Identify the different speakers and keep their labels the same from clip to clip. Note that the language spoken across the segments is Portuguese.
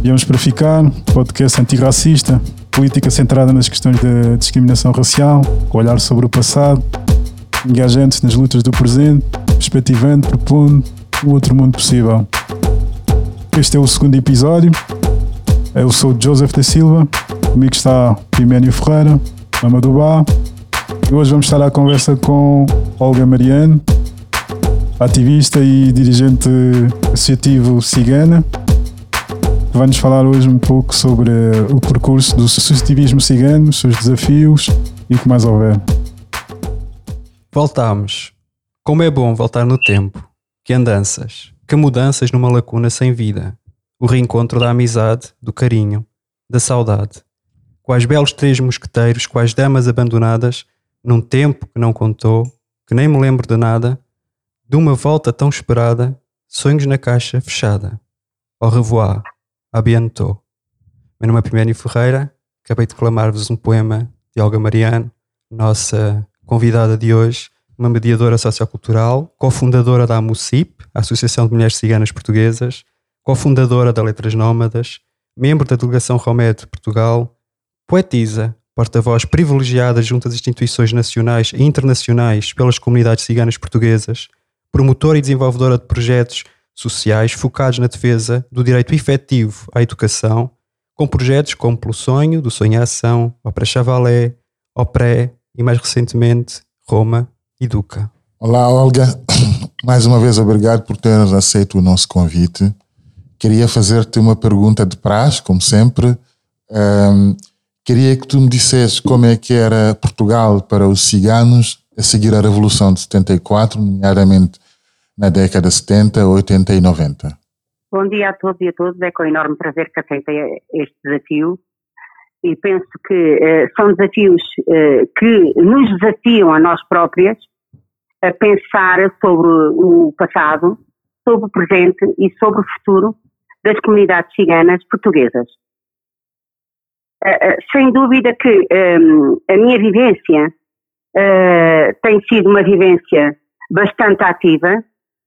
Speaker 1: Viemos para ficar, podcast antirracista, política centrada nas questões de discriminação racial, olhar sobre o passado, engajantes nas lutas do presente, perspectivando, propondo o outro mundo possível. Este é o segundo episódio. Eu sou Joseph da Silva, comigo está Piménio Ferreira, Mamadou Ba, e hoje vamos estar à conversa com Olga Mariano, ativista e dirigente associativo cigana. Vai-nos falar hoje um pouco sobre o percurso do associativismo cigano, os seus desafios e o que mais houver.
Speaker 2: Voltámos. Como é bom voltar no tempo. Que andanças, que mudanças numa lacuna sem vida. O reencontro da amizade, do carinho, da saudade. Quais belos três mosqueteiros, quais damas abandonadas, num tempo que não contou, que nem me lembro de nada, de uma volta tão esperada, sonhos na caixa fechada. Au revoir. A bientôt. Meu nome é Piménio Ferreira, acabei de declamar-vos um poema de Olga Mariano, nossa convidada de hoje, uma mediadora sociocultural, cofundadora da AMUCIP, a Associação de Mulheres Ciganas Portuguesas, cofundadora da Letras Nómadas, membro da Delegação Romé de Portugal, poetisa, porta-voz privilegiada junto às instituições nacionais e internacionais pelas comunidades ciganas portuguesas, promotora e desenvolvedora de projetos sociais focados na defesa do direito efetivo à educação, com projetos como Pelo Sonho, do Sonho à Ação, Opera Chavalé, Opré e, mais recentemente, Roma Educa.
Speaker 3: Olá, Olga. Mais uma vez, obrigado por teres aceito o nosso convite. Queria fazer-te uma pergunta de praxe, como sempre. Queria que tu me dissesses como é que era Portugal para os ciganos a seguir a Revolução de 74, nomeadamente na década de 70, 80 e 90.
Speaker 4: Bom dia a todos e a todas. É com enorme prazer que aceitei este desafio e penso que são desafios que nos desafiam a nós próprias a pensar sobre o passado, sobre o presente e sobre o futuro das comunidades ciganas portuguesas. Sem dúvida que a minha vivência tem sido uma vivência bastante ativa,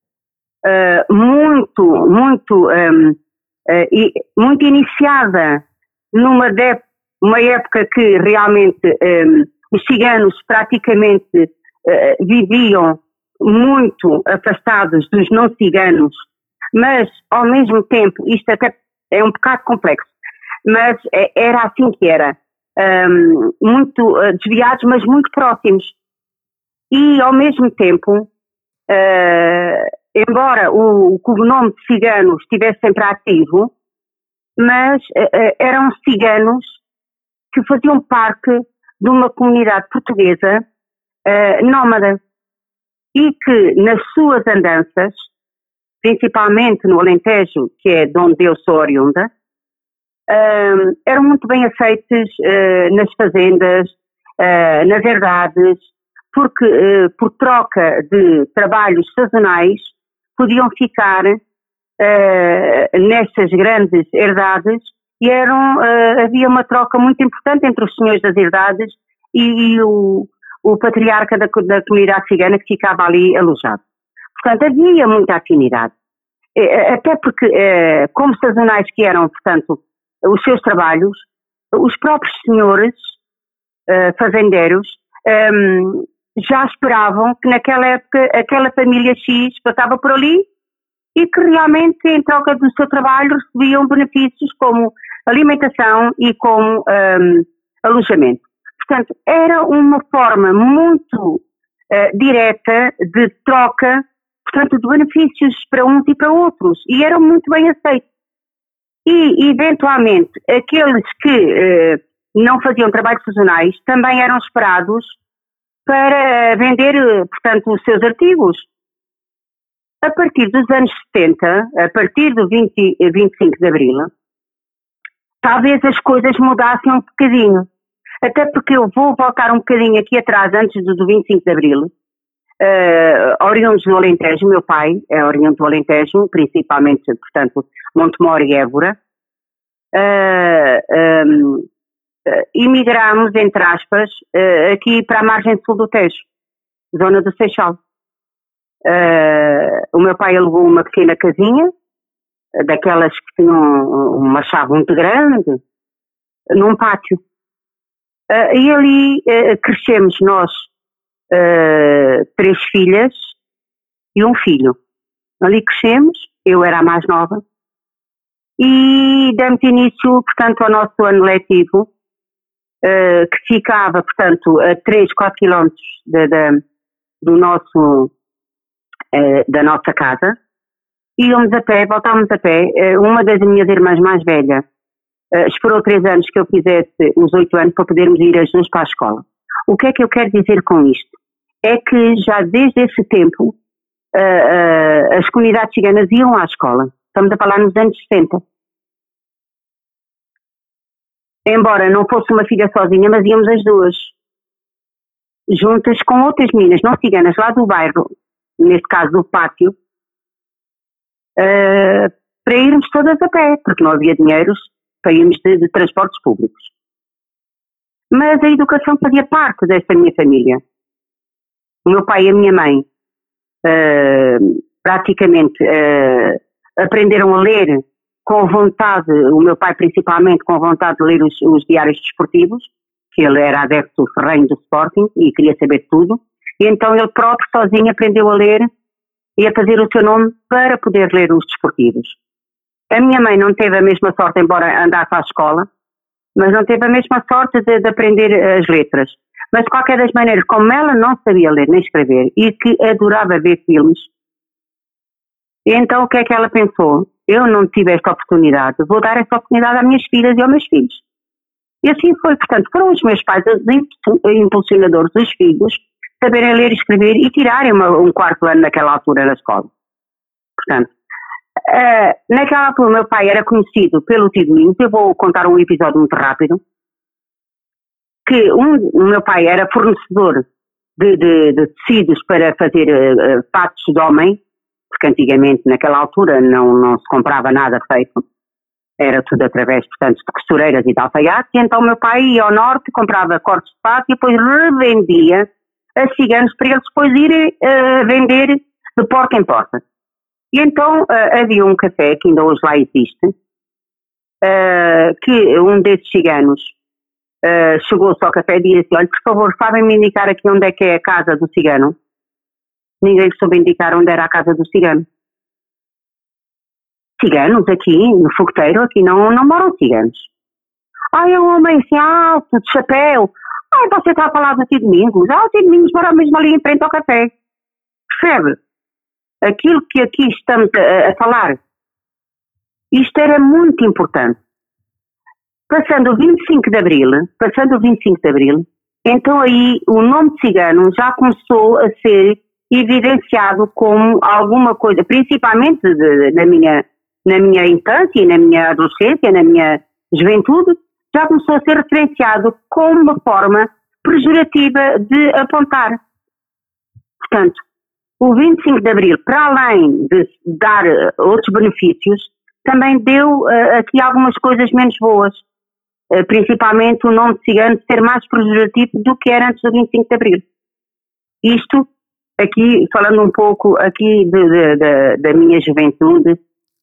Speaker 4: muito iniciada uma época que realmente os ciganos praticamente viviam muito afastados dos não ciganos, mas ao mesmo tempo, isto até é um bocado complexo, mas era assim que era, muito desviados, mas muito próximos. E ao mesmo tempo, embora o cognome de cigano estivesse sempre ativo, mas eram ciganos que faziam parte de uma comunidade portuguesa nómada e que nas suas andanças, principalmente no Alentejo, que é de onde eu sou oriunda, eram muito bem aceitos nas fazendas, nas herdades, porque por troca de trabalhos sazonais podiam ficar nestas grandes herdades e havia uma troca muito importante entre os senhores das herdades e o patriarca da comunidade cigana que ficava ali alojado. Portanto, havia muita afinidade. Até porque, como sazonais que eram, portanto, os seus trabalhos, os próprios senhores fazendeiros já esperavam que naquela época aquela família X passava por ali e que realmente em troca do seu trabalho recebiam benefícios como alimentação e como alojamento. Portanto, era uma forma muito direta de troca, portanto, de benefícios para uns e para outros, e eram muito bem aceitos. E, eventualmente, aqueles que não faziam trabalhos sazonais também eram esperados para vender, portanto, os seus artigos. A partir dos anos 70, a partir do 25 de Abril, talvez as coisas mudassem um bocadinho. Até porque eu vou voltar um bocadinho aqui atrás, antes do 25 de Abril, oriundos do Alentejo. Meu pai é oriundo do Alentejo, principalmente, portanto, Montemor e Évora. Emigramos, entre aspas, aqui para a margem sul do Tejo, zona do Seixal. O meu pai alugou uma pequena casinha daquelas que tinham uma chave muito grande, num pátio. E ali crescemos nós, 3 filhas e um filho. Ali crescemos, eu era a mais nova, e demos início, portanto, ao nosso ano letivo, que ficava, portanto, a 3, 4 quilómetros da nossa casa. Íamos a pé, voltávamos a pé. Uma das minhas irmãs mais velha esperou 3 anos que eu fizesse os 8 anos para podermos ir as 2 para a escola. O que é que eu quero dizer com isto? É que já desde esse tempo as comunidades ciganas iam à escola. Estamos a falar nos anos 60. Embora não fosse uma filha sozinha, mas íamos as 2, juntas com outras meninas não ciganas lá do bairro, neste caso do pátio, para irmos todas a pé, porque não havia dinheiros para irmos de transportes públicos. Mas a educação fazia parte desta minha família. O meu pai e a minha mãe praticamente aprenderam a ler com vontade, o meu pai principalmente com vontade de ler os diários desportivos, que ele era adepto ferrenho do Sporting e queria saber tudo, e então ele próprio sozinho aprendeu a ler e a fazer o seu nome para poder ler os desportivos. A minha mãe não teve a mesma sorte, embora andasse à escola, mas não teve a mesma sorte de aprender as letras. Mas de qualquer das maneiras, como ela não sabia ler nem escrever e que adorava ver filmes, então o que é que ela pensou? Eu não tive esta oportunidade, vou dar esta oportunidade às minhas filhas e aos meus filhos. E assim foi, portanto, foram os meus pais os impulsionadores dos filhos saberem ler e escrever e tirarem um 4º ano naquela altura na escola. Portanto, naquela altura o meu pai era conhecido pelo tio Domingos. Eu vou contar um episódio muito rápido, que o meu pai era fornecedor de tecidos para fazer fatos de homem, porque antigamente naquela altura não se comprava nada feito, era tudo através, portanto, de costureiras e de alfaiates, e então o meu pai ia ao norte, comprava cortes de fato e depois revendia a ciganos para eles depois irem vender de porta em porta. E então havia um café, que ainda hoje lá existe, que um desses ciganos chegou-se ao café e disse: olha, por favor, sabem-me indicar aqui onde é que é a casa do cigano? Ninguém soube indicar onde era a casa do cigano. Ciganos aqui, no fogueteiro, aqui não moram ciganos. É um homem assim alto, de chapéu. Você está a falar do tio Domingos? O tio Domingos mora mesmo ali em frente ao café. Percebe? Aquilo que aqui estamos a falar, isto era muito importante. Passando o 25 de Abril, então aí o nome cigano já começou a ser evidenciado como alguma coisa, principalmente na minha infância e na minha adolescência, na minha juventude, já começou a ser referenciado como uma forma pejorativa de apontar. Portanto, o 25 de Abril, para além de dar outros benefícios, também deu aqui algumas coisas menos boas. Principalmente o nome de cigano ser mais pejorativo do que era antes do 25 de Abril. Isto, aqui, falando um pouco aqui da minha juventude,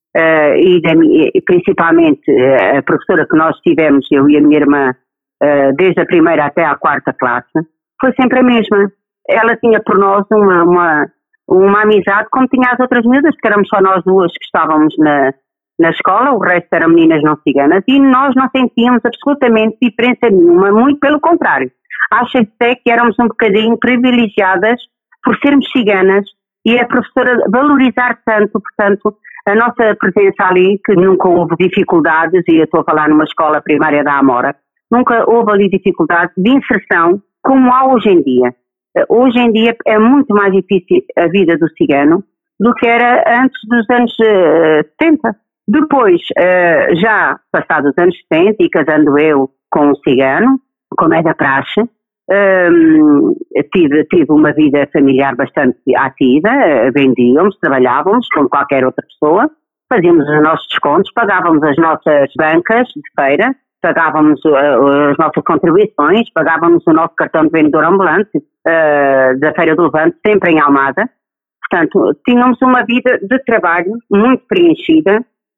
Speaker 4: e principalmente a professora que nós tivemos, eu e a minha irmã, desde a primeira até à 4ª classe, foi sempre a mesma. Ela tinha por nós uma amizade como tinha as outras miúdas, porque éramos só nós 2 que estávamos na escola, o resto eram meninas não ciganas, e nós não sentíamos absolutamente diferença nenhuma, muito pelo contrário. Acho até que éramos um bocadinho privilegiadas por sermos ciganas e a professora valorizar tanto, portanto, a nossa presença ali, que nunca houve dificuldades, e eu estou a falar numa escola primária da Amora, nunca houve ali dificuldades de inserção como há hoje em dia. Hoje em dia é muito mais difícil a vida do cigano do que era antes dos anos 70. Depois, já passados os anos 70 e casando eu com um cigano, como é da praxe, tive uma vida familiar bastante ativa, vendíamos, trabalhávamos como qualquer outra pessoa, fazíamos os nossos descontos, pagávamos as nossas bancas de feira, pagávamos as nossas contribuições, pagávamos o nosso cartão de vendedor ambulante da Feira do Levante, sempre em Almada. Portanto, tínhamos uma vida de trabalho muito preenchida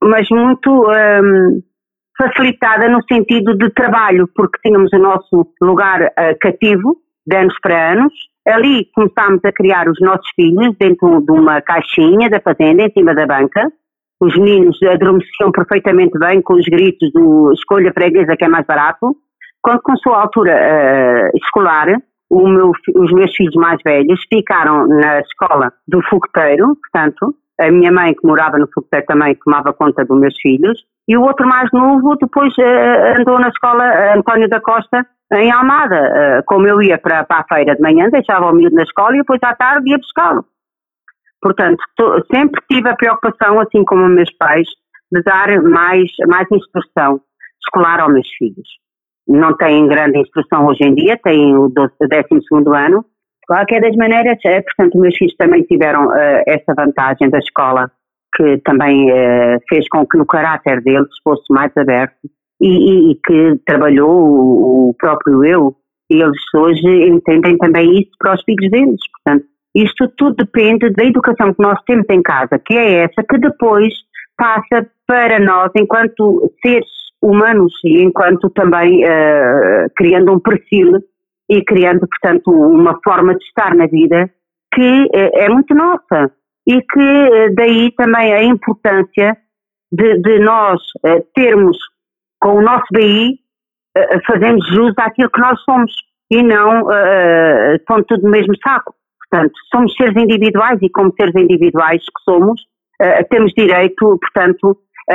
Speaker 4: mas muito facilitada no sentido de trabalho, porque tínhamos o nosso lugar cativo, de anos para anos. Ali começámos a criar os nossos filhos dentro de uma caixinha da fazenda, em cima da banca. Os meninos adormeciam perfeitamente bem com os gritos do escolha freguesa que é mais barato. Quando começou a altura escolar, os meus filhos mais velhos ficaram na escola do fogueteiro, portanto, a minha mãe que morava no fogueteiro também tomava conta dos meus filhos, e o outro mais novo depois andou na escola António da Costa, em Almada. Como eu ia para a feira de manhã, deixava o miúdo na escola e depois à tarde ia buscá-lo. Portanto, sempre tive a preocupação, assim como os meus pais, de dar mais instrução escolar aos meus filhos. Não têm grande instrução hoje em dia, têm o 12º ano. De qualquer das maneiras, portanto, os meus filhos também tiveram essa vantagem da escola, que também fez com que o caráter deles fosse mais aberto e que trabalhou o próprio eu. E eles hoje entendem também isso para os filhos deles. Portanto, isto tudo depende da educação que nós temos em casa, que é essa que depois passa para nós enquanto seres humanos e enquanto também criando um perfil e criando, portanto, uma forma de estar na vida que é muito nossa e que daí também a importância de nós termos com o nosso BI fazemos jus àquilo que nós somos e não pondo tudo no mesmo saco. Portanto, somos seres individuais e como seres individuais que somos, temos direito, portanto,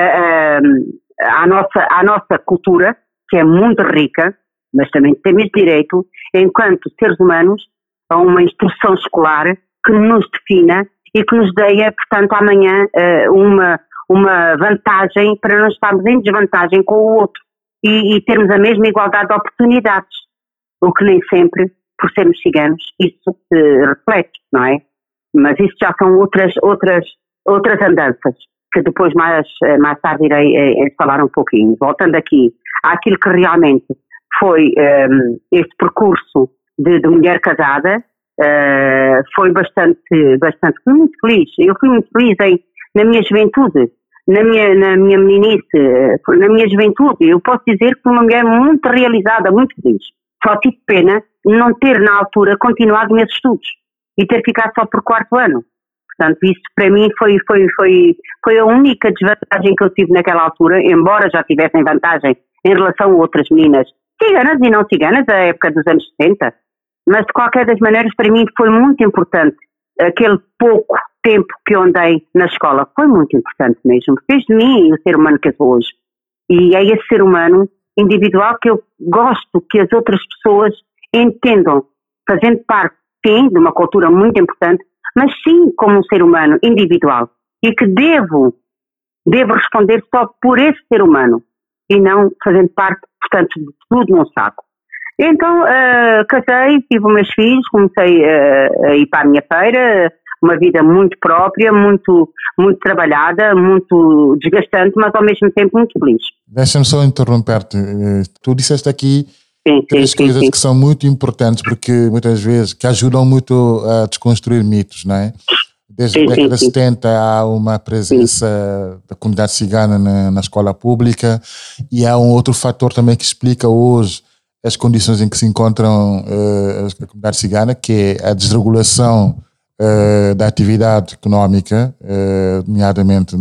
Speaker 4: à nossa cultura, que é muito rica, mas também temos direito, enquanto seres humanos, a uma instrução escolar que nos defina e que nos dê, portanto, amanhã uma vantagem para não estarmos em desvantagem com o outro e termos a mesma igualdade de oportunidades, o que nem sempre, por sermos ciganos, isso se reflete, não é? Mas isso já são outras andanças, que depois mais tarde irei falar um pouquinho. Voltando aqui àquilo que realmente foi este percurso de mulher casada, foi bastante muito feliz. Eu fui muito feliz na minha juventude, na minha meninice, na minha juventude. Eu posso dizer que fui uma mulher muito realizada, muito feliz. Só tive pena não ter na altura continuado meus estudos e ter ficado só por 4º ano. Portanto, isso para mim foi a única desvantagem que eu tive naquela altura, embora já tivessem vantagem em relação a outras meninas ciganas e não ciganas da época dos anos 70. Mas de qualquer das maneiras para mim foi muito importante aquele pouco tempo que eu andei na escola. Foi muito importante mesmo. Fez de mim o ser humano que eu sou hoje. E é esse ser humano individual que eu gosto que as outras pessoas entendam, fazendo parte, sim, de uma cultura muito importante, mas sim como um ser humano individual e que devo responder só por esse ser humano e não fazendo parte, portanto, de tudo num saco. Então, casei, tive os meus filhos, comecei a ir para a minha feira, uma vida muito própria, muito, muito trabalhada, muito desgastante, mas ao mesmo tempo muito feliz.
Speaker 3: Deixa-me só interromper-te. Tu disseste aqui três coisas que são muito importantes, porque muitas vezes que ajudam muito a desconstruir mitos, não é? Desde a década de 70 há uma presença da comunidade cigana na escola pública e há um outro fator também que explica hoje as condições em que se encontram a comunidade cigana, que é a desregulação da atividade económica, nomeadamente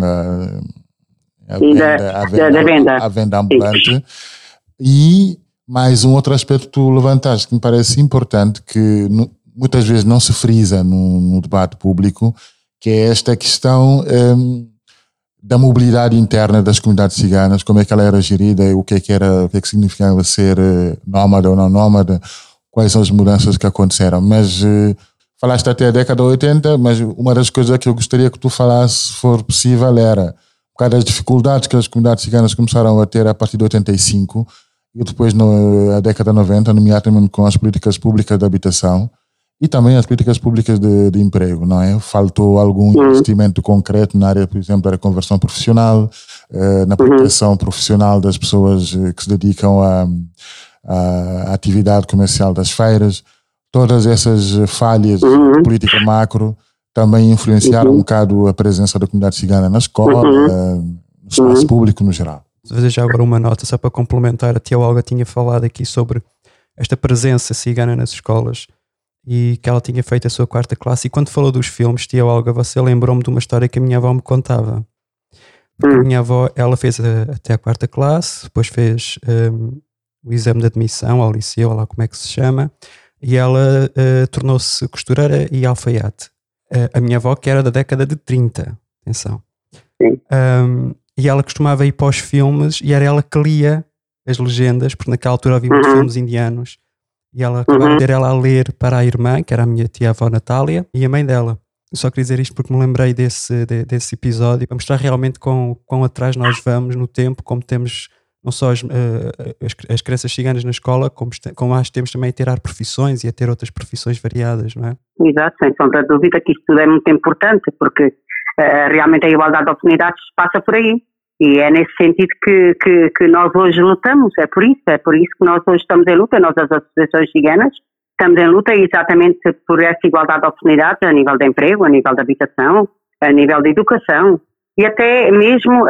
Speaker 3: a venda ambulante. E mais um outro aspecto que tu levantaste que me parece importante, que muitas vezes não se frisa no debate público, que é esta questão da mobilidade interna das comunidades ciganas, como é que ela era gerida, o que é que significava ser nómada ou não nómada, quais são as mudanças que aconteceram. Mas falaste até a década de 80, mas uma das coisas que eu gostaria que tu falasse, se for possível, era por causa das dificuldades que as comunidades ciganas começaram a ter a partir de 85 e depois na década de 90, nomeadamente com as políticas públicas de habitação e também as políticas públicas de emprego, não é? Faltou algum investimento concreto na área, por exemplo, da conversão profissional, na proteção profissional das pessoas que se dedicam à atividade comercial das feiras. Todas essas falhas de política macro também influenciaram um bocado a presença da comunidade cigana na escola, espaço público no geral.
Speaker 2: Vou fazer já agora uma nota só para complementar. A tia Olga tinha falado aqui sobre esta presença cigana nas escolas e que ela tinha feito a sua 4ª classe, e quando falou dos filmes, tia Olga, você lembrou-me de uma história que a minha avó me contava. Porque a minha avó, ela fez até a 4ª classe, depois fez o exame de admissão ao liceu, lá como é que se chama, e ela tornou-se costureira e alfaiate. A minha avó, que era da década de 30, atenção. E ela costumava ir para os filmes e era ela que lia as legendas, porque naquela altura havia muitos filmes indianos, e ela acabava de ter ela a ler para a irmã, que era a minha tia-avó Natália, e a mãe dela. Eu só queria dizer isto porque me lembrei desse episódio, para mostrar realmente quão atrás nós vamos no tempo, como temos não só as crianças ciganas na escola, como acho que temos também a tirar profissões e a ter outras profissões variadas, não é?
Speaker 4: Exato, sem sombra de dúvida que isto tudo é muito importante, porque realmente a igualdade de oportunidades passa por aí. E é nesse sentido que nós hoje lutamos, é por isso que nós hoje estamos em luta, nós as associações ciganas estamos em luta exatamente por essa igualdade de oportunidades a nível de emprego, a nível de habitação, a nível de educação e até mesmo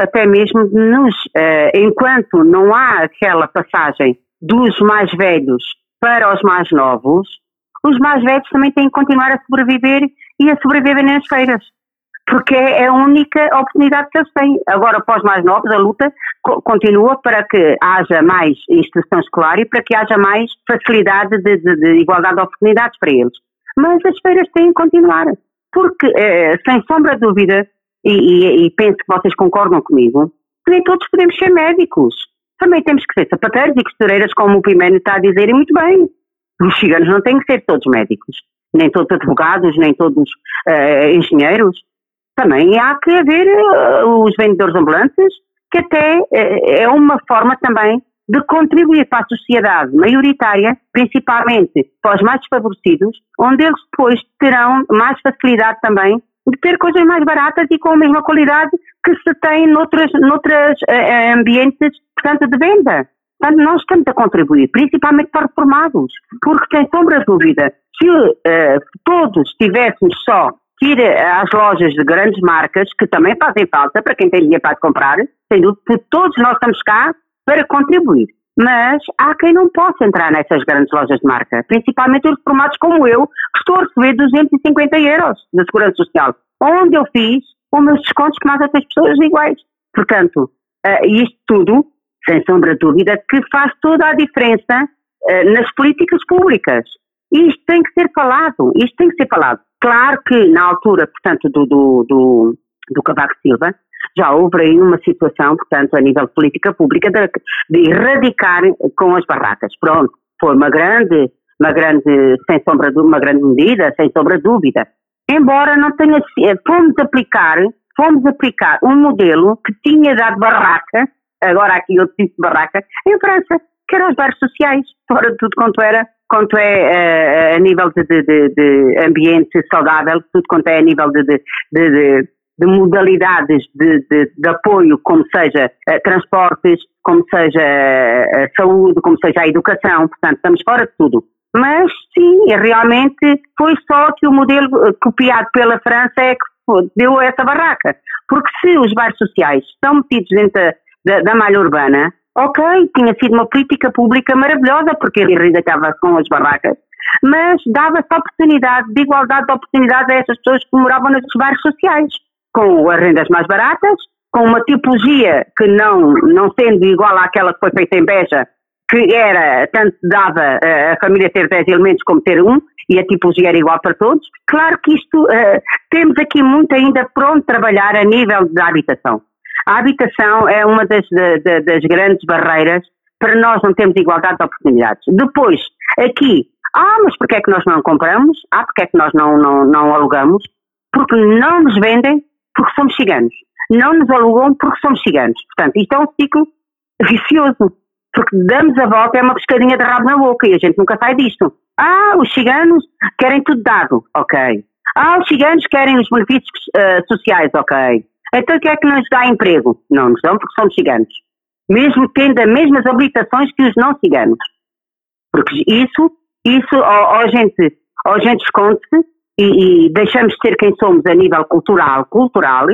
Speaker 4: enquanto não há aquela passagem dos mais velhos para os mais novos, os mais velhos também têm que continuar a sobreviver e a sobreviver nas feiras. Porque é a única oportunidade que eles têm. Agora, para os mais novos, a luta continua para que haja mais instrução escolar e para que haja mais facilidade de igualdade de oportunidades para eles. Mas as feiras têm que continuar. Porque, sem sombra de dúvida, e penso que vocês concordam comigo, que nem todos podemos ser médicos. Também temos que ser sapateiros e costureiras, como o Pimeno está a dizer, e muito bem. Os ciganos não têm que ser todos médicos. Nem todos advogados, nem todos engenheiros. Também há que haver os vendedores ambulantes, que até é uma forma também de contribuir para a sociedade maioritária, principalmente para os mais desfavorecidos, onde eles depois terão mais facilidade também de ter coisas mais baratas e com a mesma qualidade que se tem noutros ambientes, portanto, de venda. Portanto, nós estamos a contribuir, principalmente para reformados, porque sem sombra de dúvida, se todos tivéssemos só que ir às lojas de grandes marcas, que também fazem falta para quem tem dinheiro para comprar, sem dúvida, porque todos nós estamos cá para contribuir. Mas há quem não possa entrar nessas grandes lojas de marca, principalmente os reformados como eu, que estou a receber 250 euros da Segurança Social, onde eu fiz os meus descontos que mais outras pessoas iguais. Portanto, isto tudo, sem sombra de dúvida, que faz toda a diferença nas políticas públicas. Isto tem que ser falado, Claro que na altura, portanto, do Cavaco Silva, já houve aí uma situação, portanto, a nível de política pública, de erradicar com as barracas. Pronto, foi uma grande medida, sem sombra de dúvida. Embora não tenha, fomos aplicar um modelo que tinha dado barraca, agora aqui outro tipo de barraca, em França, que eram os bairros sociais, fora de tudo quanto é a nível de ambiente saudável, tudo quanto é a nível de modalidades de apoio, como seja transportes, como seja saúde, como seja a educação, portanto estamos fora de tudo. Mas sim, realmente foi só que o modelo copiado pela França é que deu essa barraca, porque se os bairros sociais estão metidos dentro da malha urbana, ok, tinha sido uma política pública maravilhosa, porque ele erradicava com as barracas, mas dava-se a oportunidade de igualdade de oportunidade a essas pessoas que moravam nesses bairros sociais, com as rendas mais baratas, com uma tipologia que não sendo igual àquela que foi feita em Beja, que era, tanto dava a família ter 10 elementos como ter um, e a tipologia era igual para todos. Claro que isto, temos aqui muito ainda por onde trabalhar a nível da habitação. A habitação é uma das grandes barreiras para nós não termos igualdade de oportunidades. Depois, aqui, mas porque é que nós não compramos? Porque é que nós não alugamos? Porque não nos vendem porque somos ciganos. Não nos alugam porque somos ciganos. Portanto, isto é um ciclo vicioso. Porque damos a volta, é uma pescadinha de rabo na boca e a gente nunca sai disto. Os ciganos querem tudo dado. Ok. Os ciganos querem os benefícios sociais. Ok. Então o que é que nos dá emprego? Não nos dão porque somos ciganos. Mesmo tendo as mesmas habilitações que os não ciganos. Porque isso a gente esconde-se e deixamos de ser quem somos a nível cultural,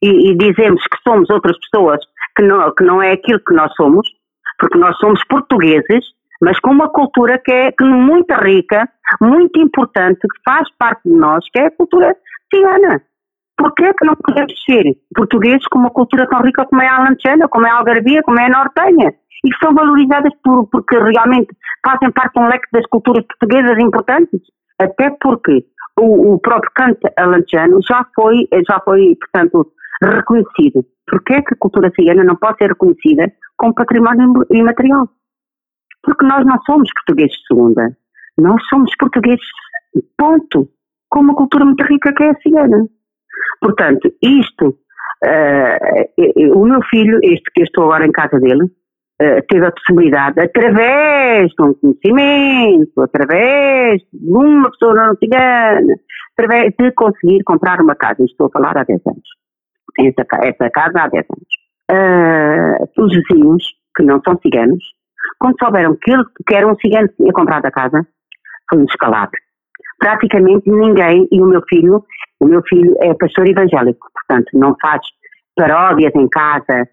Speaker 4: e dizemos que somos outras pessoas, que não é aquilo que nós somos, porque nós somos portugueses, mas com uma cultura que é muito rica, muito importante, que faz parte de nós, que é a cultura cigana. Porquê que não podemos ser portugueses com uma cultura tão rica como é a alentejana, como é a algarvia, como é a nortenha, e que são valorizadas porque realmente fazem parte de um leque das culturas portuguesas importantes? Até porque o próprio canto alentejano já foi, portanto, reconhecido. Porquê que a cultura cigana não pode ser reconhecida como património imaterial? Porque nós não somos portugueses de segunda. Nós somos portugueses, ponto. Com uma cultura muito rica que é a cigana. Portanto, isto, o meu filho, este que eu estou agora em casa dele, teve a possibilidade, através de um conhecimento, através de uma pessoa não cigana, através de conseguir comprar uma casa. Estou a falar há 10 anos. Tem essa casa há 10 anos. Os vizinhos, que não são ciganos, quando souberam que era um cigano que tinha comprado a casa, foi um descalabro. Praticamente ninguém, e o meu filho é pastor evangélico, portanto não faz paródias em casa,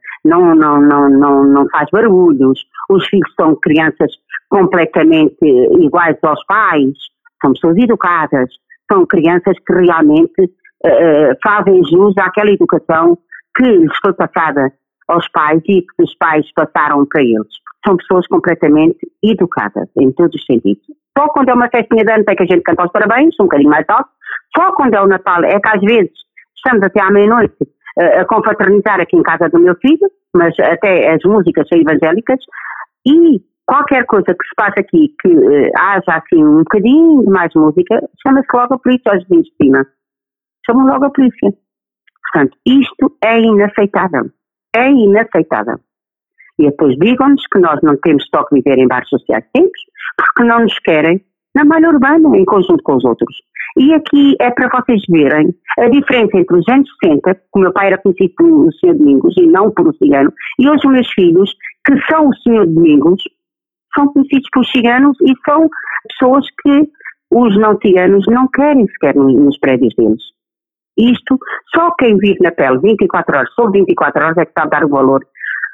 Speaker 4: não faz barulhos, os filhos são crianças completamente iguais aos pais, são pessoas educadas, são crianças que realmente fazem jus àquela educação que lhes foi passada aos pais e que os pais passaram para eles. São pessoas completamente educadas, em todos os sentidos. Só quando é uma festinha de ano é que a gente canta os parabéns, um bocadinho mais alto. Só quando é o Natal é que às vezes estamos até à meia-noite a confraternizar aqui em casa do meu filho, mas até as músicas são evangélicas, e qualquer coisa que se passe aqui que haja assim um bocadinho de mais música, chama-se logo a polícia aos vizinhos de cima. Chamam logo a polícia. Portanto, isto é inaceitável. É inaceitável. E depois digam-nos que nós não temos só que viver em bairros sociais simples, porque não nos querem na malha urbana, em conjunto com os outros. E aqui é para vocês verem a diferença entre os anos 60, que o meu pai era conhecido por o Sr. Domingos e não por o cigano, e hoje os meus filhos, que são o Sr. Domingos, são conhecidos por ciganos e são pessoas que os não ciganos não querem sequer nos prédios deles. Isto, só quem vive na pele 24 horas, sobre 24 horas é que está a dar o valor.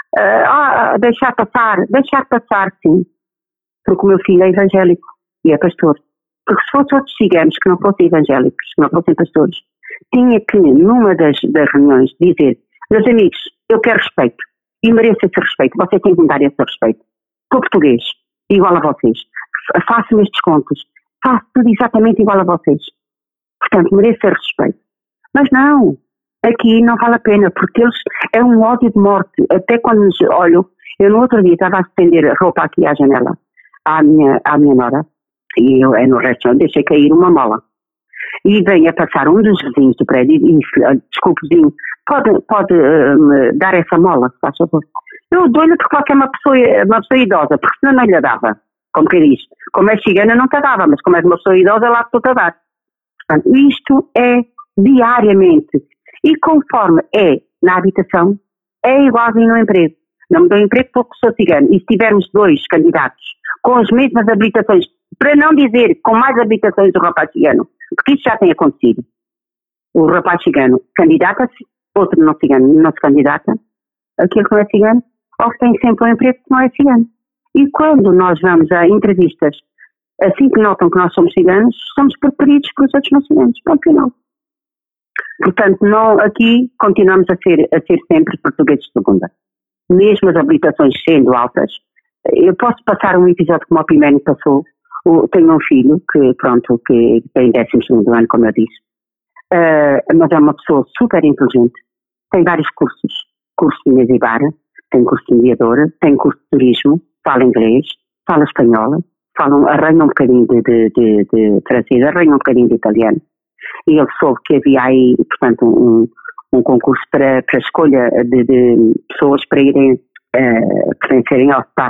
Speaker 4: Deixar passar, sim. Porque o meu filho é evangélico e é pastor. Porque se fossem outros ciganos que não fossem evangélicos, que não fossem pastores, tinha que, numa das reuniões, dizer: meus amigos, eu quero respeito e mereço esse respeito, vocês têm que me dar esse respeito. Sou português, igual a vocês. Faço-me estes contos, faço tudo exatamente igual a vocês. Portanto, mereço esse respeito. Mas não, aqui não vale a pena, porque eles é um ódio de morte. Até quando nos olho, eu no outro dia estava a estender roupa aqui à janela, à minha nora, e eu no restaurante deixei cair uma mola. E vem a passar um dos vizinhos do prédio e disse: desculpe, vizinho, pode me dar essa mola, se faz favor. Eu dou-lhe porque qualquer uma pessoa idosa, porque senão não lhe dava. Como que diz? Como é cigana não te dava, mas como é uma pessoa idosa, lá estou a dar. Portanto, isto é diariamente. E conforme é na habitação, é igualzinho no emprego. Não me dou emprego porque sou cigano. E se tivermos 2 candidatos com as mesmas habilitações, para não dizer com mais habilitações do rapaz cigano, porque isso já tem acontecido. O rapaz cigano candidata-se, outro não cigano não se candidata, aquele que não é cigano, ou que tem sempre um emprego que não é cigano. E quando nós vamos a entrevistas, assim que notam que nós somos ciganos, somos preferidos por os outros não ciganos. Ponto final. Portanto, não, aqui continuamos a ser sempre portugueses de segunda. Mesmo as habilitações sendo altas, eu posso passar um episódio como o Pimeno passou. Tenho um filho que tem 12º ano, como eu disse, mas é uma pessoa super inteligente, tem vários cursos de mesa e bar, tem curso de mediadora, tem curso de turismo, fala inglês, fala espanhol, arranha um bocadinho de francês, arranha um bocadinho de italiano. E ele soube que havia aí, portanto, um concurso para escolha de pessoas para irem pertencerem ao staff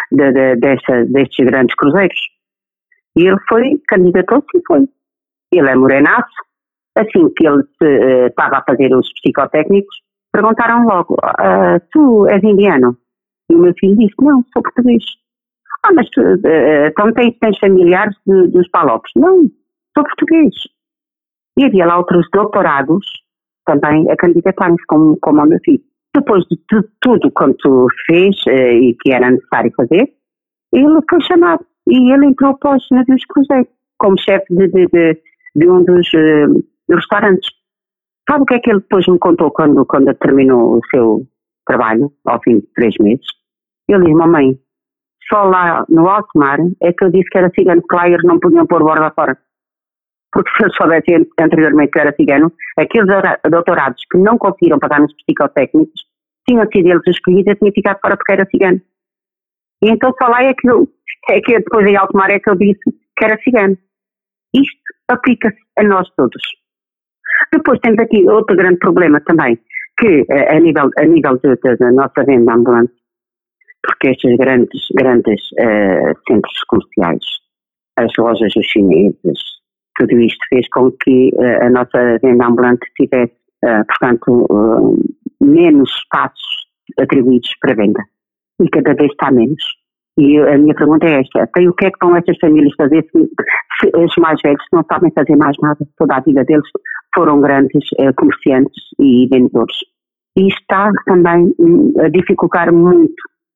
Speaker 4: destes grandes cruzeiros. E ele candidatou-se e foi. Ele é morenaço. Assim que ele estava a fazer os psicotécnicos, perguntaram logo: tu és indiano? E o meu filho disse: não, sou português. Mas tu, então tens familiares dos Palopes? Não, sou português. E havia lá outros doutorados também a candidatarem-se como o meu filho. Depois de tudo quanto fez e que era necessário fazer, ele foi chamado e ele entrou para os navios cruzeiro como chefe de um dos restaurantes. Sabe o que é que ele depois me contou quando terminou o seu trabalho, ao fim de 3 meses? Ele disse: mamãe, só lá no alto mar é que eu disse que era cigano, porque lá eles não podiam pôr borda fora. Porque se eu soubesse anteriormente que era cigano, aqueles doutorados que não conseguiram pagar nos psicotécnicos, tinham sido eles escolhidos, eu tinha ficado fora porque era cigano. E então só lá é que depois em alto mar é que eu disse que era cigano. Isto aplica-se a nós todos. Depois temos aqui outro grande problema também, que a nível da nossa venda ambulante, porque estes grandes centros comerciais, as lojas dos chineses, tudo isto fez com que a nossa venda ambulante tivesse, portanto, menos espaços atribuídos para venda. E cada vez está menos. E a minha pergunta é esta: o que é que vão estas famílias fazer se os mais velhos não sabem fazer mais nada? Toda a vida deles foram grandes comerciantes e vendedores. E está também a dificultar muito,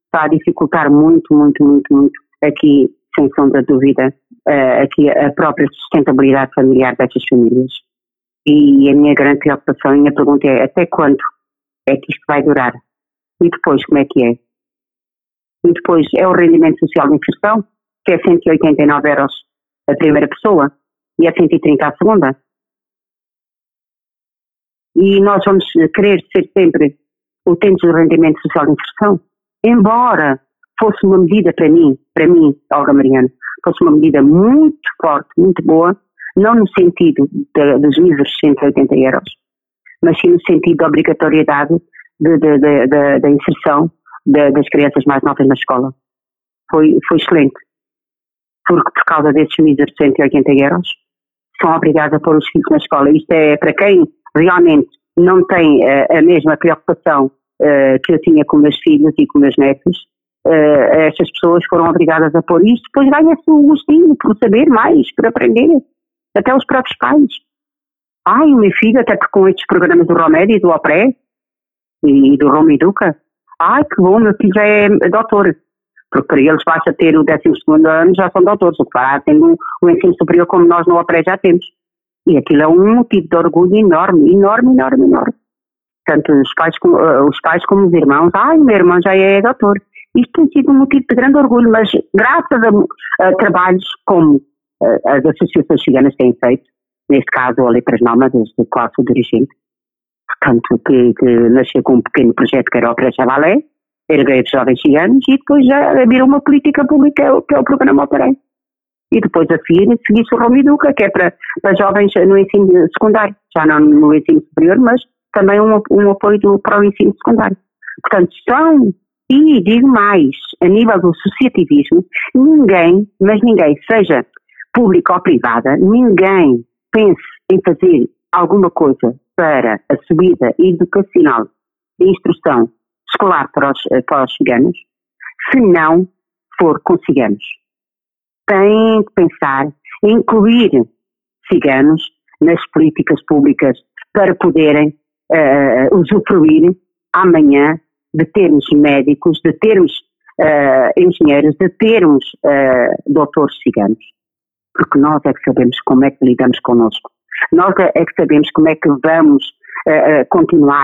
Speaker 4: muito, aqui, sem sombra de dúvida, aqui a própria sustentabilidade familiar destas famílias. E a minha grande preocupação e a minha pergunta é: até quando é que isto vai durar? E depois, como é que é? E depois é o rendimento social de inserção, que é 189 euros a primeira pessoa e é 130 a segunda. E nós vamos querer ser sempre utentes do rendimento social de inserção, embora fosse uma medida para mim, Olga Mariano, fosse uma medida muito forte, muito boa, não no sentido dos míseros 180 euros, mas sim no sentido da obrigatoriedade da inserção das crianças mais novas na escola. Foi excelente, porque por causa desses míseros 180 euros são obrigados a pôr os filhos na escola. Isto é para quem realmente não tem a mesma preocupação que eu tinha com meus filhos e com meus netos. Estas pessoas foram obrigadas a pôr isto, depois ganha-se o gostinho por saber mais, por aprender, até os próprios pais. O meu filho, até porque com estes programas do Romédio e do OPRE e do Roma Educa, que bom, meu filho já é doutor, porque para eles basta ter o 12º ano, já são doutores, o que fará tendo o ensino superior como nós no OPRE já temos. E aquilo é um motivo de orgulho enorme. Tanto os pais como os irmãos, o meu irmão já é doutor. Isto tem sido um motivo de grande orgulho, mas graças a trabalhos como as associações ciganas têm feito, neste caso a Letras Nómadas, de qual sou dirigente, portanto, que nasceu com um pequeno projeto que era o Pré Chavalé, erguei de jovens ciganos, e depois já virou uma política pública que é o programa Operei. E depois a seguir-se o Roma Educa, que é para jovens no ensino secundário, já não no ensino superior, mas também um apoio para o ensino secundário. Portanto, e digo mais, a nível do associativismo, ninguém, seja pública ou privada, ninguém pense em fazer alguma coisa para a subida educacional e instrução escolar para os ciganos, se não for com ciganos. Tem que pensar em incluir ciganos nas políticas públicas para poderem usufruir amanhã de termos médicos, de termos engenheiros, de termos doutores ciganos. Porque nós é que sabemos como é que lidamos connosco. Nós é que sabemos como é que vamos continuar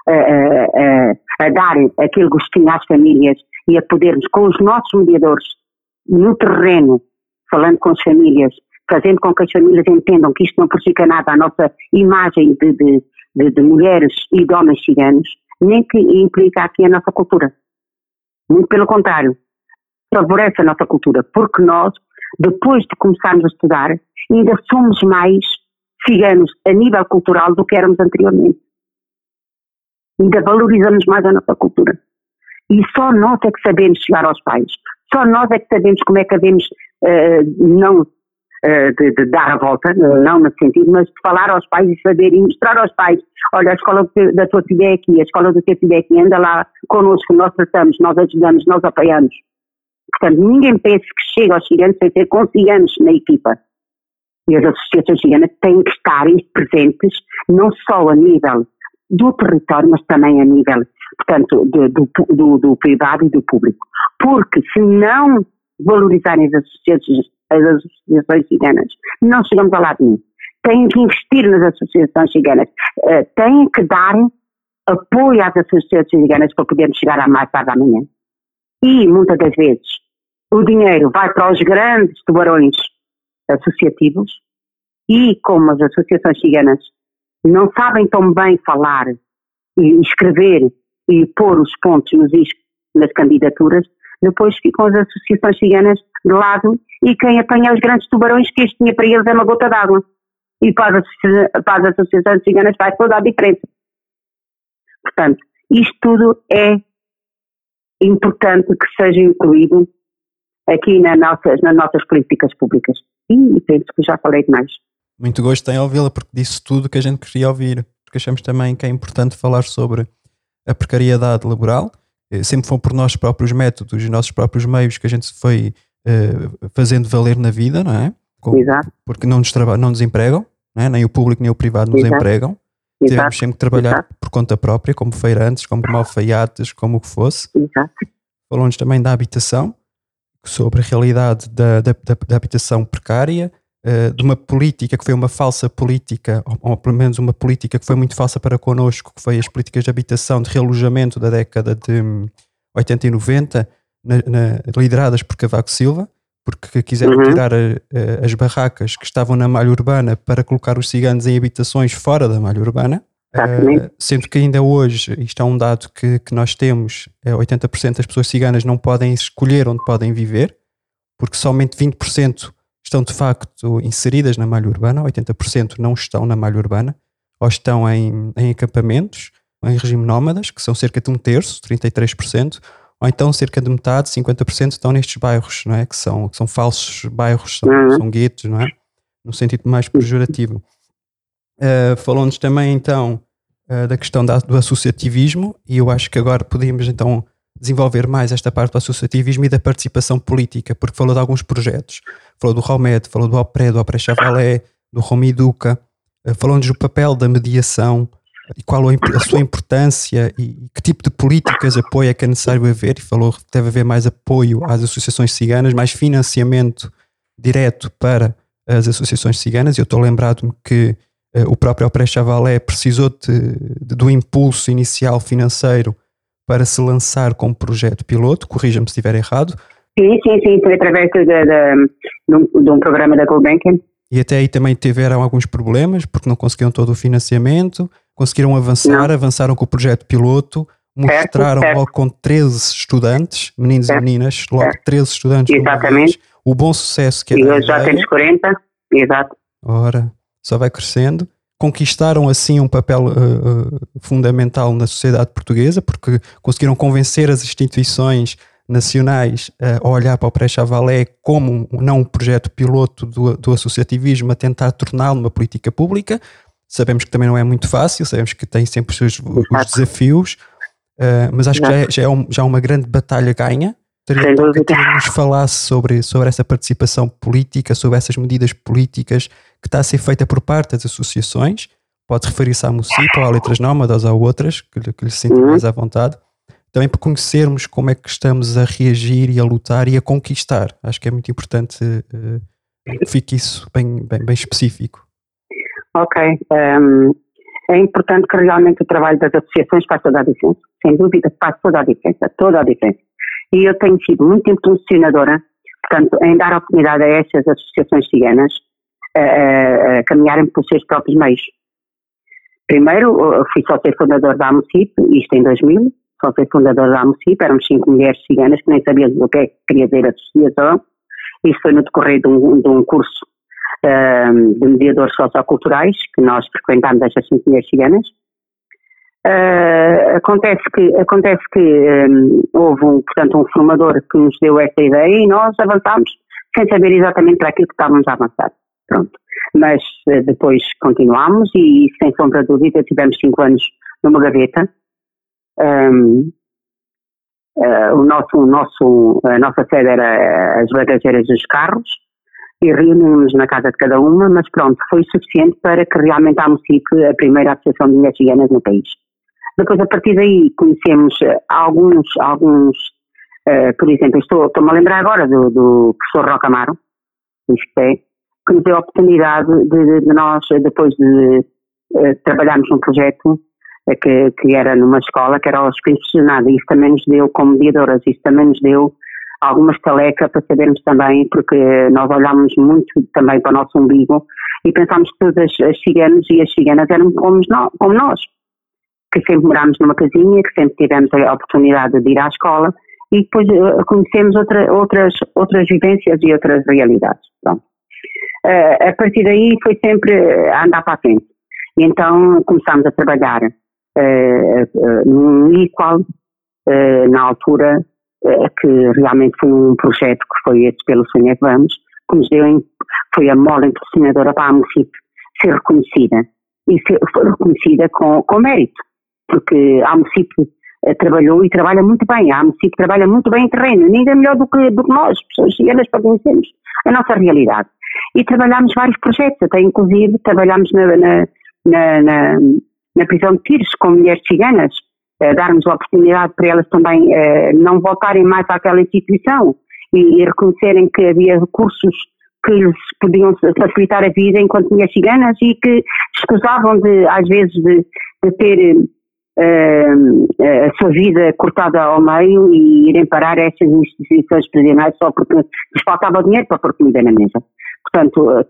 Speaker 4: a dar aquele gostinho às famílias e a podermos, com os nossos mediadores no terreno, falando com as famílias, fazendo com que as famílias entendam que isto não prejudica nada à nossa imagem de mulheres e de homens ciganos, nem que implica aqui a nossa cultura. Muito pelo contrário, favorece a nossa cultura, porque nós, depois de começarmos a estudar, ainda somos mais ciganos a nível cultural do que éramos anteriormente. Ainda valorizamos mais a nossa cultura. E só nós é que sabemos chegar aos pais. Só nós é que sabemos como é que devemos de dar a volta, não nesse sentido, mas de falar aos pais e saber e mostrar aos pais: olha, a escola da tua filha é aqui, a escola do teu filho é aqui, anda lá connosco, nós tratamos, nós ajudamos, nós apoiamos. Portanto, ninguém pense que chega aos ciganos sem ter com ciganos na equipa. E as associações ciganas têm que estar presentes, não só a nível do território, mas também a nível, portanto, do privado e do público. Porque se não valorizarem as associações ciganas, não chegamos a lado nenhum. Têm que investir nas associações ciganas, têm que dar apoio às associações ciganas para podermos chegar à mais tarde amanhã. E, muitas das vezes, o dinheiro vai para os grandes tubarões associativos e, como as associações ciganas não sabem tão bem falar e escrever e pôr os pontos nos is nas candidaturas, depois ficam as associações ciganas de lado e quem apanha os grandes tubarões, que este tinha para eles é uma gota d'água. E para as associações ciganas faz toda a diferença. Portanto, isto tudo é importante que seja incluído aqui nas nossas políticas públicas. E penso que já falei demais.
Speaker 2: Muito gosto em ouvi-la, porque disse tudo que a gente queria ouvir. Porque achamos também que é importante falar sobre a precariedade laboral. Sempre foram por nossos próprios métodos e nossos próprios meios que a gente se foi fazendo valer na vida, não é?
Speaker 4: Exato.
Speaker 2: Porque não nos empregam, não é? Nem o público nem o privado nos empregam. Tivemos sempre que trabalhar por conta própria, como feirantes, como alfaiates, como o que fosse.
Speaker 4: Exato.
Speaker 2: Falou-nos também da habitação, sobre a realidade da habitação precária, de uma política que foi uma falsa política, ou pelo menos uma política que foi muito falsa para connosco, que foi as políticas de habitação, de realojamento da década de 80 e 90, lideradas por Cavaco Silva, porque quiseram tirar as barracas que estavam na malha urbana para colocar os ciganos em habitações fora da malha urbana. Sendo que ainda hoje, isto é um dado que nós temos, 80% das pessoas ciganas não podem escolher onde podem viver, porque somente 20% estão de facto inseridas na malha urbana, 80% não estão na malha urbana, ou estão em acampamentos, em regime nómadas, que são cerca de um terço, 33%, ou então cerca de metade, 50% estão nestes bairros, não é? Que são falsos bairros, são guetos, não é? No sentido mais pejorativo. Falou-nos também então da questão do associativismo, e eu acho que agora podíamos então desenvolver mais esta parte do associativismo e da participação política, porque falou de alguns projetos, falou do Romed, falou do OPRE, do OPRE Chavalé, do Romiduca, falou-nos do papel da mediação e qual a sua importância e que tipo de políticas de apoio é que é necessário haver, e falou que deve haver mais apoio às associações ciganas, mais financiamento direto para as associações ciganas. Eu estou lembrado-me que o próprio OPRE Chavalé precisou do impulso inicial financeiro para se lançar como projeto piloto, corrija-me se estiver errado.
Speaker 4: Sim, foi através de um programa da Gulbenkian.
Speaker 2: E até aí também tiveram alguns problemas, porque não conseguiram todo o financiamento, conseguiram avançaram com o projeto piloto, mostraram logo com 13 estudantes, meninos e meninas, logo 13 estudantes.
Speaker 4: Exatamente.
Speaker 2: O bom sucesso que
Speaker 4: e hoje já temos 40, exato.
Speaker 2: Ora, só vai crescendo. Conquistaram assim um papel fundamental na sociedade portuguesa, porque conseguiram convencer as instituições nacionais a olhar para o Pré-Chavalé como não um projeto piloto do associativismo, a tentar torná-lo uma política pública. Sabemos que também não é muito fácil, sabemos que tem sempre os desafios, mas acho que já é uma grande batalha ganha. Gostaria que nos falasse sobre essa participação política, sobre essas medidas políticas que está a ser feita por parte das associações. Pode referir-se à MUCIP ou a Letras Nómadas ou a outras que lhe sentem mais à vontade. Também para conhecermos como é que estamos a reagir e a lutar e a conquistar. Acho que é muito importante que fique isso bem específico.
Speaker 4: Ok. É importante que realmente o trabalho das associações faça toda a diferença. Sem dúvida, faz toda a diferença. E eu tenho sido muito impulsionadora, portanto, em dar oportunidade a estas associações ciganas a caminharem pelos seus próprios meios. Primeiro, fui sócio fundador da AMUCIP, isto em 2000, sócio fundador da AMUCIP, éramos 5 mulheres ciganas que nem sabíamos o que é que queria dizer a associação. Isso foi no decorrer de um curso de mediadores socioculturais que nós frequentámos, estas 5 mulheres ciganas. Acontece que houve um formador que nos deu esta ideia e nós avançámos sem saber exatamente para aquilo que estávamos a avançar. Pronto. Mas depois continuámos e sem sombra de dúvida tivemos 5 anos numa gaveta. A nossa sede era as bagageiras dos carros e reunimos na casa de cada uma, mas pronto, foi suficiente para que realmente a AMUCIP, a primeira associação de mulheres ciganas no país. Depois, a partir daí, conhecemos alguns por exemplo, estou-me a lembrar agora do professor Roca Amaro, que nos deu a oportunidade de nós, depois de trabalharmos num projeto que era numa escola, que era o Espírito Santo, e isso também nos deu, como mediadoras, isso também nos deu alguma estaleca para sabermos também, porque nós olhámos muito também para o nosso umbigo e pensámos que todas as ciganas e as ciganas eram como nós, que sempre morámos numa casinha, que sempre tivemos a oportunidade de ir à escola e depois conhecemos outras vivências e outras realidades. Pronto. A partir daí foi sempre a andar para a frente. E então começámos a trabalhar num Equal, na altura, que realmente foi um projeto que foi esse pelo Sonho é que Vamos, que nos deu, foi a mola impulsionadora para a MUCIP ser reconhecida. E foi reconhecida com mérito, porque a MUCIP trabalhou e trabalha muito bem. A MUCIP trabalha muito bem em terreno, ninguém melhor do que nós, pessoas ciganas, para conhecermos a nossa realidade. E trabalhámos vários projetos, até inclusive trabalhámos na prisão de Pires com mulheres ciganas, darmos a oportunidade para elas também não voltarem mais àquela instituição e reconhecerem que havia recursos que lhes podiam facilitar a vida enquanto mulheres ciganas e que escusavam às vezes de ter a sua vida cortada ao meio e irem parar a essas instituições prisionais só porque lhes faltava dinheiro para pôr comida na mesa. Portanto,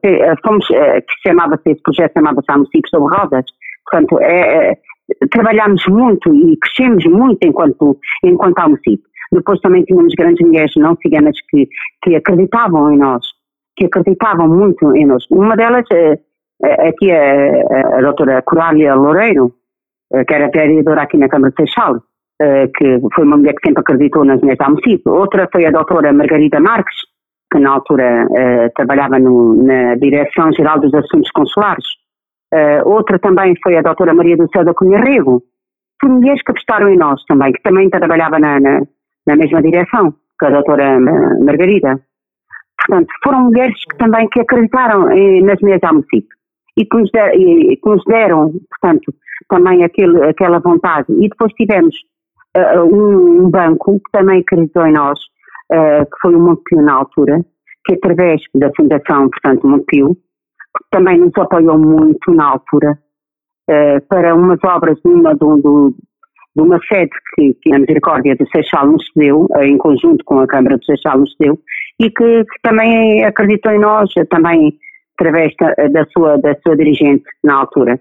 Speaker 4: esse projeto chamava-se a MUCIP sobre rodas. Portanto, trabalhámos muito e crescemos muito enquanto a MUCIP. Depois também tínhamos grandes mulheres não ciganas que acreditavam em nós, que acreditavam muito em nós. Uma delas, aqui a doutora Corália Loureiro, que era vereadora aqui na Câmara de Seixal, que foi uma mulher que sempre acreditou nas mulheres da MUCIP. Outra foi a doutora Margarida Marques, que na altura trabalhava na Direção-Geral dos Assuntos Consulares. Outra também foi a doutora Maria do Céu da Cunha Rego. Foram mulheres que apostaram em nós também, que também trabalhava na mesma direção que a doutora Margarida. Portanto, foram mulheres que acreditaram nas mulheres da MUCIP e que nos deram, portanto, também aquela vontade. E depois tivemos um banco que também acreditou em nós, que foi o Montepio na altura, que através da Fundação, portanto, Montepio, também nos apoiou muito na altura para umas obras de uma sede que a Misericórdia do Seixal nos cedeu, em conjunto com a Câmara do Seixal nos cedeu, e que também acreditou em nós, também através da sua dirigente na altura.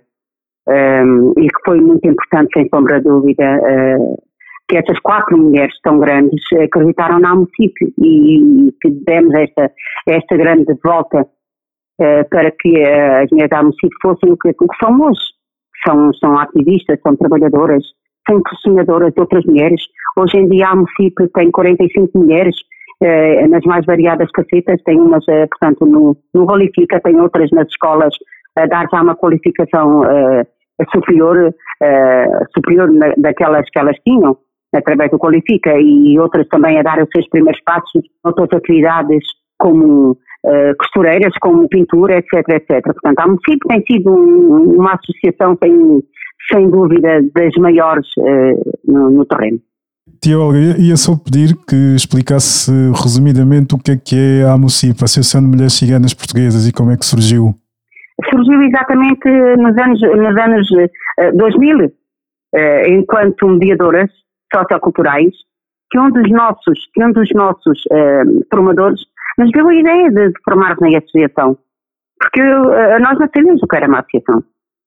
Speaker 4: E que foi muito importante, sem sombra de dúvida, que essas 4 mulheres tão grandes acreditaram na MUCIP e que demos esta grande volta para que as mulheres da MUCIP fossem o que são hoje. São ativistas, são trabalhadoras, são impulsionadoras de outras mulheres. Hoje em dia a MUCIP tem 45 mulheres nas mais variadas facetas, tem umas, portanto, no Qualifica, tem outras nas escolas a dar já uma qualificação superior daquelas que elas tinham, através do Qualifica, e outras também a dar os seus primeiros passos, outras atividades como costureiras, como pintura, etc, etc. Portanto, a MUCIP tem sido uma associação sem dúvida das maiores no terreno.
Speaker 1: Tia Olga, ia só pedir que explicasse resumidamente o que é a MUCIP, a Associação de Mulheres Ciganas Portuguesas, e como é que surgiu. Surgiu
Speaker 4: exatamente nos anos 2000, enquanto mediadoras socioculturais, que um dos nossos formadores nos deu a ideia de formarmos na associação, porque nós não sabíamos o que era uma associação.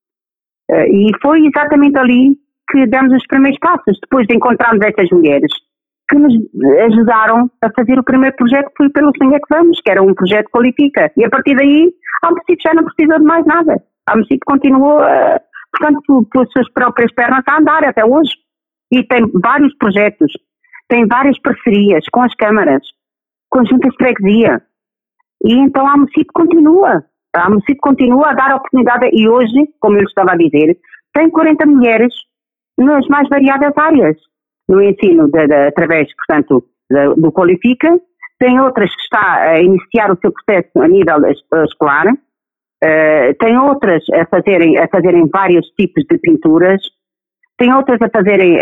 Speaker 4: E foi exatamente ali que demos os primeiros passos, depois de encontrarmos estas mulheres que nos ajudaram a fazer o primeiro projeto que foi pelo Sonho é que Vamos, que era um projeto Qualifica. E a partir daí, a MUCIP já não precisou de mais nada. A MUCIP continuou, portanto, pelas suas próprias pernas a andar até hoje. E tem vários projetos, tem várias parcerias com as câmaras, com as juntas de freguesia. E então a MUCIP continua. A MUCIP continua a dar oportunidade e hoje, como eu estava a dizer, tem 40 mulheres nas mais variadas áreas. No ensino, através, portanto, do Qualifica, tem outras que está a iniciar o seu processo a nível escolar, tem outras a fazerem vários tipos de pinturas, tem outras a fazerem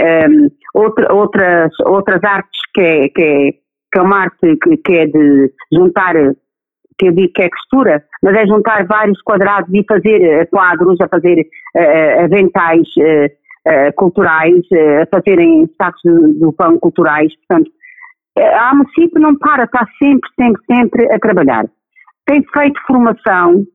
Speaker 4: outras artes que é uma arte que é de juntar, que eu digo que é costura, mas é juntar vários quadrados e fazer quadros, a fazer aventais culturais, a fazerem sacos do pão culturais. Portanto, a AMOCIP não para, está sempre a trabalhar. Tem feito formação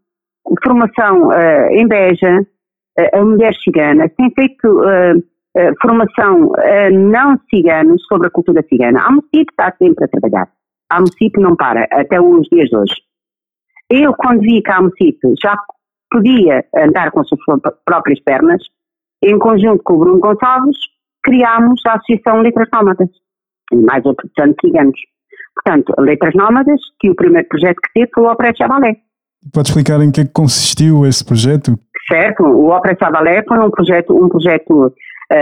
Speaker 4: em Beja, a mulheres ciganas, tem feito formação a não ciganos sobre a cultura cigana. A AMOCIP está sempre a trabalhar. A AMOCIP não para, até os dias de hoje. Eu, quando vi que a AMOCIP já podia andar com as suas próprias pernas, em conjunto com o Bruno Gonçalves, criámos a Associação Letras Nómadas, e mais outros tantos ciganos. Portanto, Letras Nómadas, que o primeiro projeto que teve foi o Operette Chavalé.
Speaker 1: Pode explicar em que consistiu esse projeto?
Speaker 4: Certo, o Operette Chavalé foi um projeto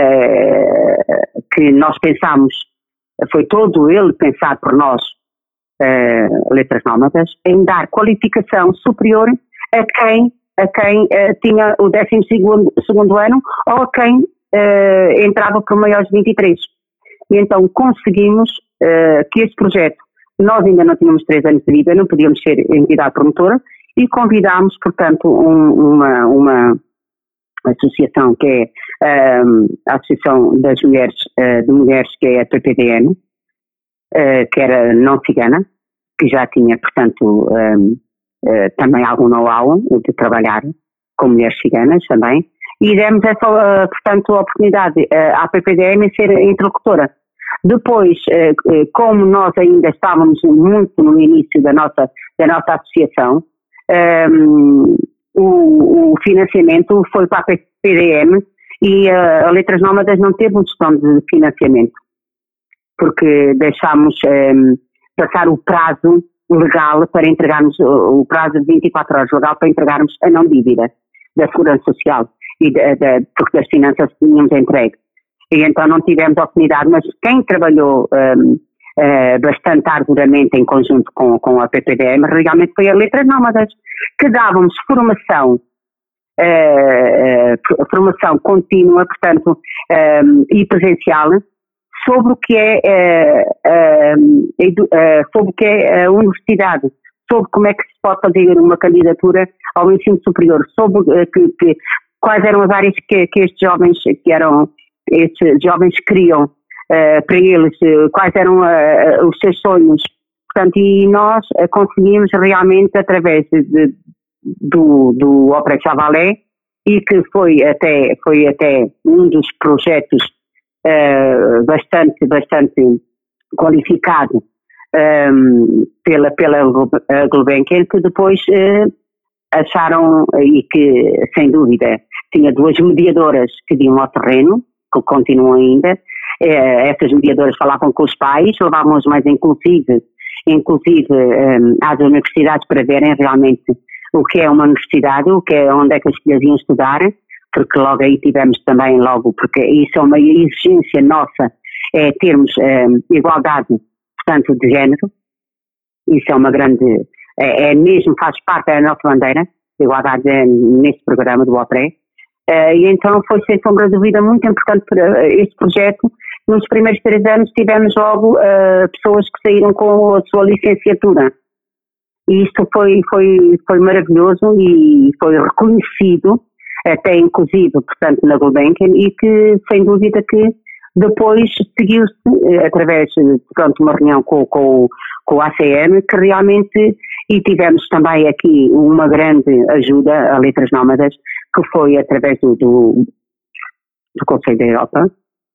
Speaker 4: que nós pensámos, foi todo ele pensado por nós, Letras Nómadas, em dar qualificação superior a quem tinha o 12º ano ou a quem entrava por maiores de 23. E então conseguimos que este projeto, nós ainda não tínhamos 3 anos de vida, não podíamos ser entidade promotora, e convidámos, portanto, uma associação que é a Associação das Mulheres, de Mulheres, que é a PPDM, que era não cigana, que já tinha, portanto, também algum know-how de trabalhar com mulheres ciganas também, e demos essa, portanto, oportunidade à PPDM ser interlocutora. Depois, como nós ainda estávamos muito no início da nossa associação, o financiamento foi para a PPDM e a Letras Nómadas não teve uma gestão de financiamento, porque deixámos passar o prazo legal para entregarmos, o prazo de 24 horas legal para entregarmos a não dívida da Segurança Social, e porque das finanças tínhamos entregue. E então não tivemos oportunidade, mas quem trabalhou bastante arduamente em conjunto com a PPDM realmente foi a Letras Nómadas, que dávamos formação contínua, portanto, e presencial, sobre o que é a universidade, sobre como é que se pode fazer uma candidatura ao ensino superior, sobre quais eram as áreas que estes jovens queriam para eles, quais eram os seus sonhos. Portanto, e nós conseguimos realmente, através do Operette Chavalé, e que foi até um dos projetos bastante qualificado pela Gulbenkian, que depois acharam, e que sem dúvida tinha 2 mediadoras que iam ao terreno, que continuam ainda. Essas mediadoras falavam com os pais, levavam-os mais inclusive às universidades para verem realmente o que é uma universidade, onde é que as filhas iam estudar, porque logo aí tivemos também, porque isso é uma exigência nossa, é termos igualdade, portanto, de género. Isso é uma grande, mesmo faz parte da nossa bandeira, igualdade neste programa do OPRE. E então foi, sem sombra de dúvida, muito importante para este projeto. Nos primeiros 3 anos tivemos logo pessoas que saíram com a sua licenciatura. E isto foi maravilhoso e foi reconhecido, até inclusive, portanto, na Gulbenkian, e que, sem dúvida, que depois seguiu-se, através de uma reunião com o ACM, que realmente, e tivemos também aqui uma grande ajuda a Letras Nómadas, que foi através do Conselho da Europa,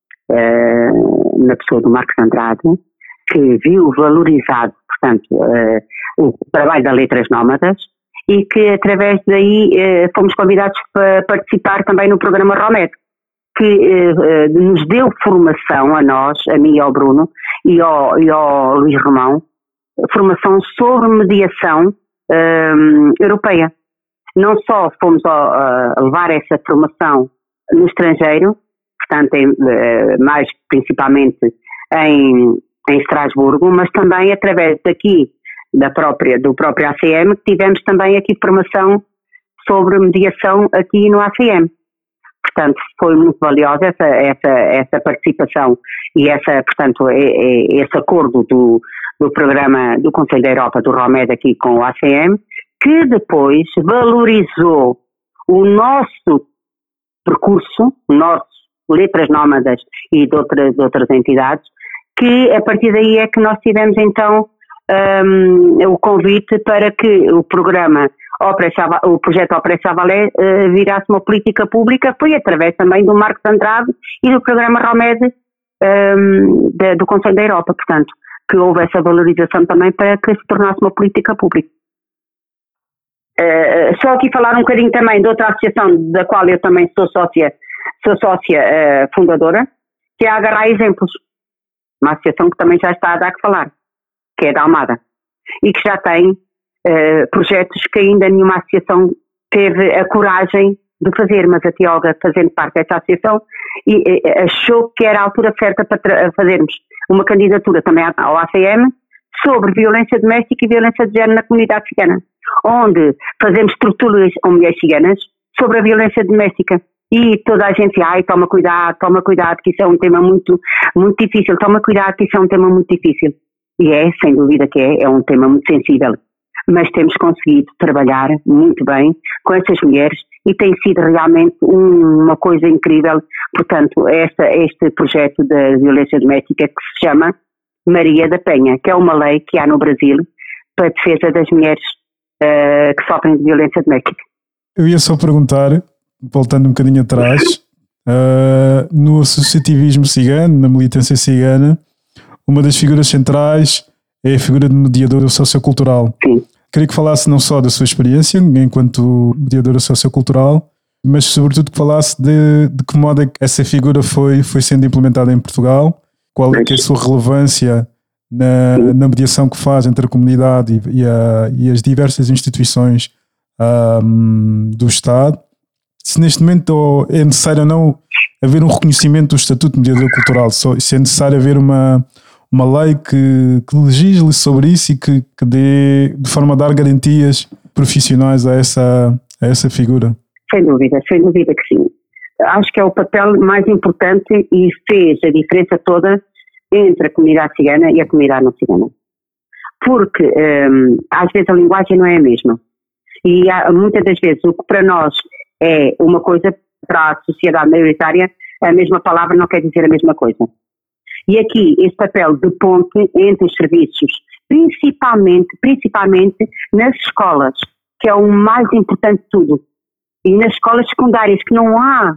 Speaker 4: na pessoa do Marcos Andrade, que viu valorizado, portanto, o trabalho da Letras Nómadas, e que através daí fomos convidados para participar também no programa ROMED, que nos deu formação a nós, a mim e ao Bruno, e ao Luís Romão, formação sobre mediação europeia. Não só fomos a levar essa formação no estrangeiro, portanto, mais principalmente em Estrasburgo, mas também através daqui do próprio ACM, tivemos também aqui formação sobre mediação aqui no ACM. portanto foi muito valiosa essa participação e esse acordo do programa do Conselho da Europa, do Romed aqui com o ACM, que depois valorizou o nosso percurso, Letras Nómadas e de outras entidades, que a partir daí é que nós tivemos então o convite para que o programa o projeto Operação Valé virasse uma política pública, foi através também do Marcos Andrade e do programa Romed do Conselho da Europa, portanto, que houve essa valorização também para que se tornasse uma política pública. Só aqui falar um bocadinho também de outra associação da qual eu também sou sócia fundadora, que é a Agarrar Exemplos, uma associação que também já está a dar que falar, que é da Almada, e que já tem projetos que ainda nenhuma associação teve a coragem de fazer, mas a tia Olga, fazendo parte dessa associação, achou que era a altura certa para fazermos uma candidatura também ao ACM sobre violência doméstica e violência de género na comunidade cigana, onde fazemos estruturas com mulheres ciganas sobre a violência doméstica. E toda a gente, toma cuidado, que isso é um tema muito, muito difícil, toma cuidado, que isso é um tema muito difícil. E sem dúvida que é um tema muito sensível. Mas temos conseguido trabalhar muito bem com essas mulheres e tem sido realmente uma coisa incrível. Portanto, este projeto da violência doméstica que se chama Maria da Penha, que é uma lei que há no Brasil para a defesa das mulheres que sofrem de violência doméstica.
Speaker 1: Eu ia só perguntar, voltando um bocadinho atrás, no associativismo cigano, na militância cigana, uma das figuras centrais é a figura de mediadora sociocultural.
Speaker 4: Sim.
Speaker 1: Queria que falasse não só da sua experiência enquanto mediadora sociocultural, mas sobretudo que falasse de que modo é que essa figura foi sendo implementada em Portugal, qual é que é a sua relevância na mediação que faz entre a comunidade e as diversas instituições do Estado. Se neste momento é necessário ou não haver um reconhecimento do Estatuto de Mediador Cultural, se é necessário haver uma lei que legisle sobre isso e que dê, de forma a dar garantias profissionais a essa figura.
Speaker 4: Sem dúvida que sim. Acho que é o papel mais importante e fez a diferença toda entre a comunidade cigana e a comunidade não cigana. Porque às vezes a linguagem não é a mesma. E muitas das vezes o que para nós é uma coisa, para a sociedade maioritária, a mesma palavra não quer dizer a mesma coisa. E aqui, esse papel de ponte entre os serviços, principalmente nas escolas, que é o mais importante de tudo. E nas escolas secundárias, que não há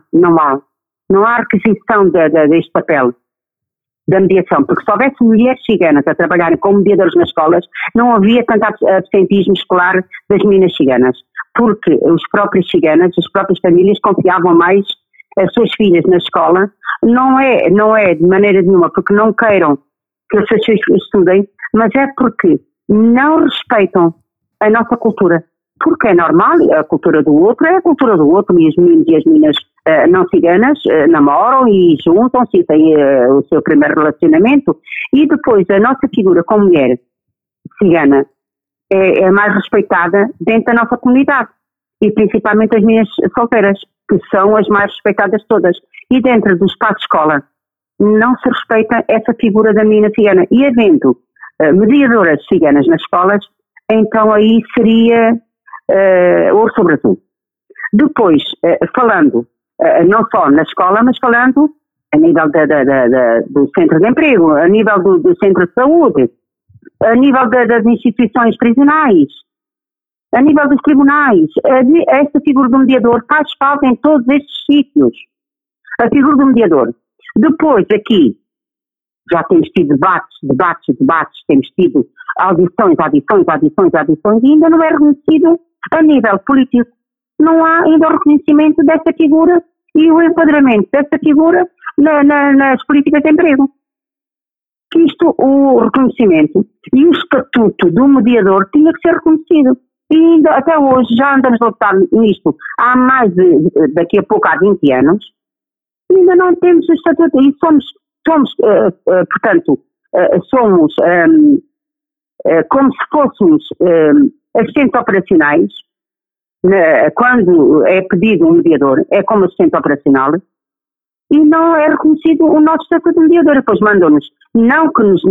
Speaker 4: requisição deste papel da mediação, porque se houvesse mulheres ciganas a trabalharem como mediadores nas escolas, não havia tanto absentismo escolar das meninas ciganas, porque os próprios ciganas, as próprias famílias confiavam mais as suas filhas na escola, não é de maneira nenhuma porque não queiram que as suas filhas estudem, mas é porque não respeitam a nossa cultura. Porque é normal, a cultura do outro é a cultura do outro, e os meninos e as meninas não ciganas namoram e juntam-se e têm o seu primeiro relacionamento, e depois a nossa figura como mulher cigana é mais respeitada dentro da nossa comunidade, e principalmente as meninas solteiras, que são as mais respeitadas de todas. E dentro do espaço de escola não se respeita essa figura da menina cigana. E havendo mediadoras ciganas nas escolas, então aí seria ouro sobre azul. Depois, falando não só na escola, mas falando a nível do centro de emprego, a nível do centro de saúde, a nível das instituições prisionais, a nível dos tribunais, esta figura do mediador faz falta em todos estes sítios. A figura do mediador. Depois, aqui, já temos tido debates, temos tido audições, e ainda não é reconhecido a nível político. Não há ainda o reconhecimento desta figura e o enquadramento desta figura nas políticas de emprego. O reconhecimento e o estatuto do mediador tinha que ser reconhecido. E ainda, até hoje, já andamos a lutar nisto há daqui a pouco, há 20 anos, e ainda não temos o estatuto. E portanto, somos como se fôssemos assistentes operacionais quando é pedido um mediador, é como assistente operacional, e não é reconhecido o nosso estatuto de mediador. Depois mandam-nos, não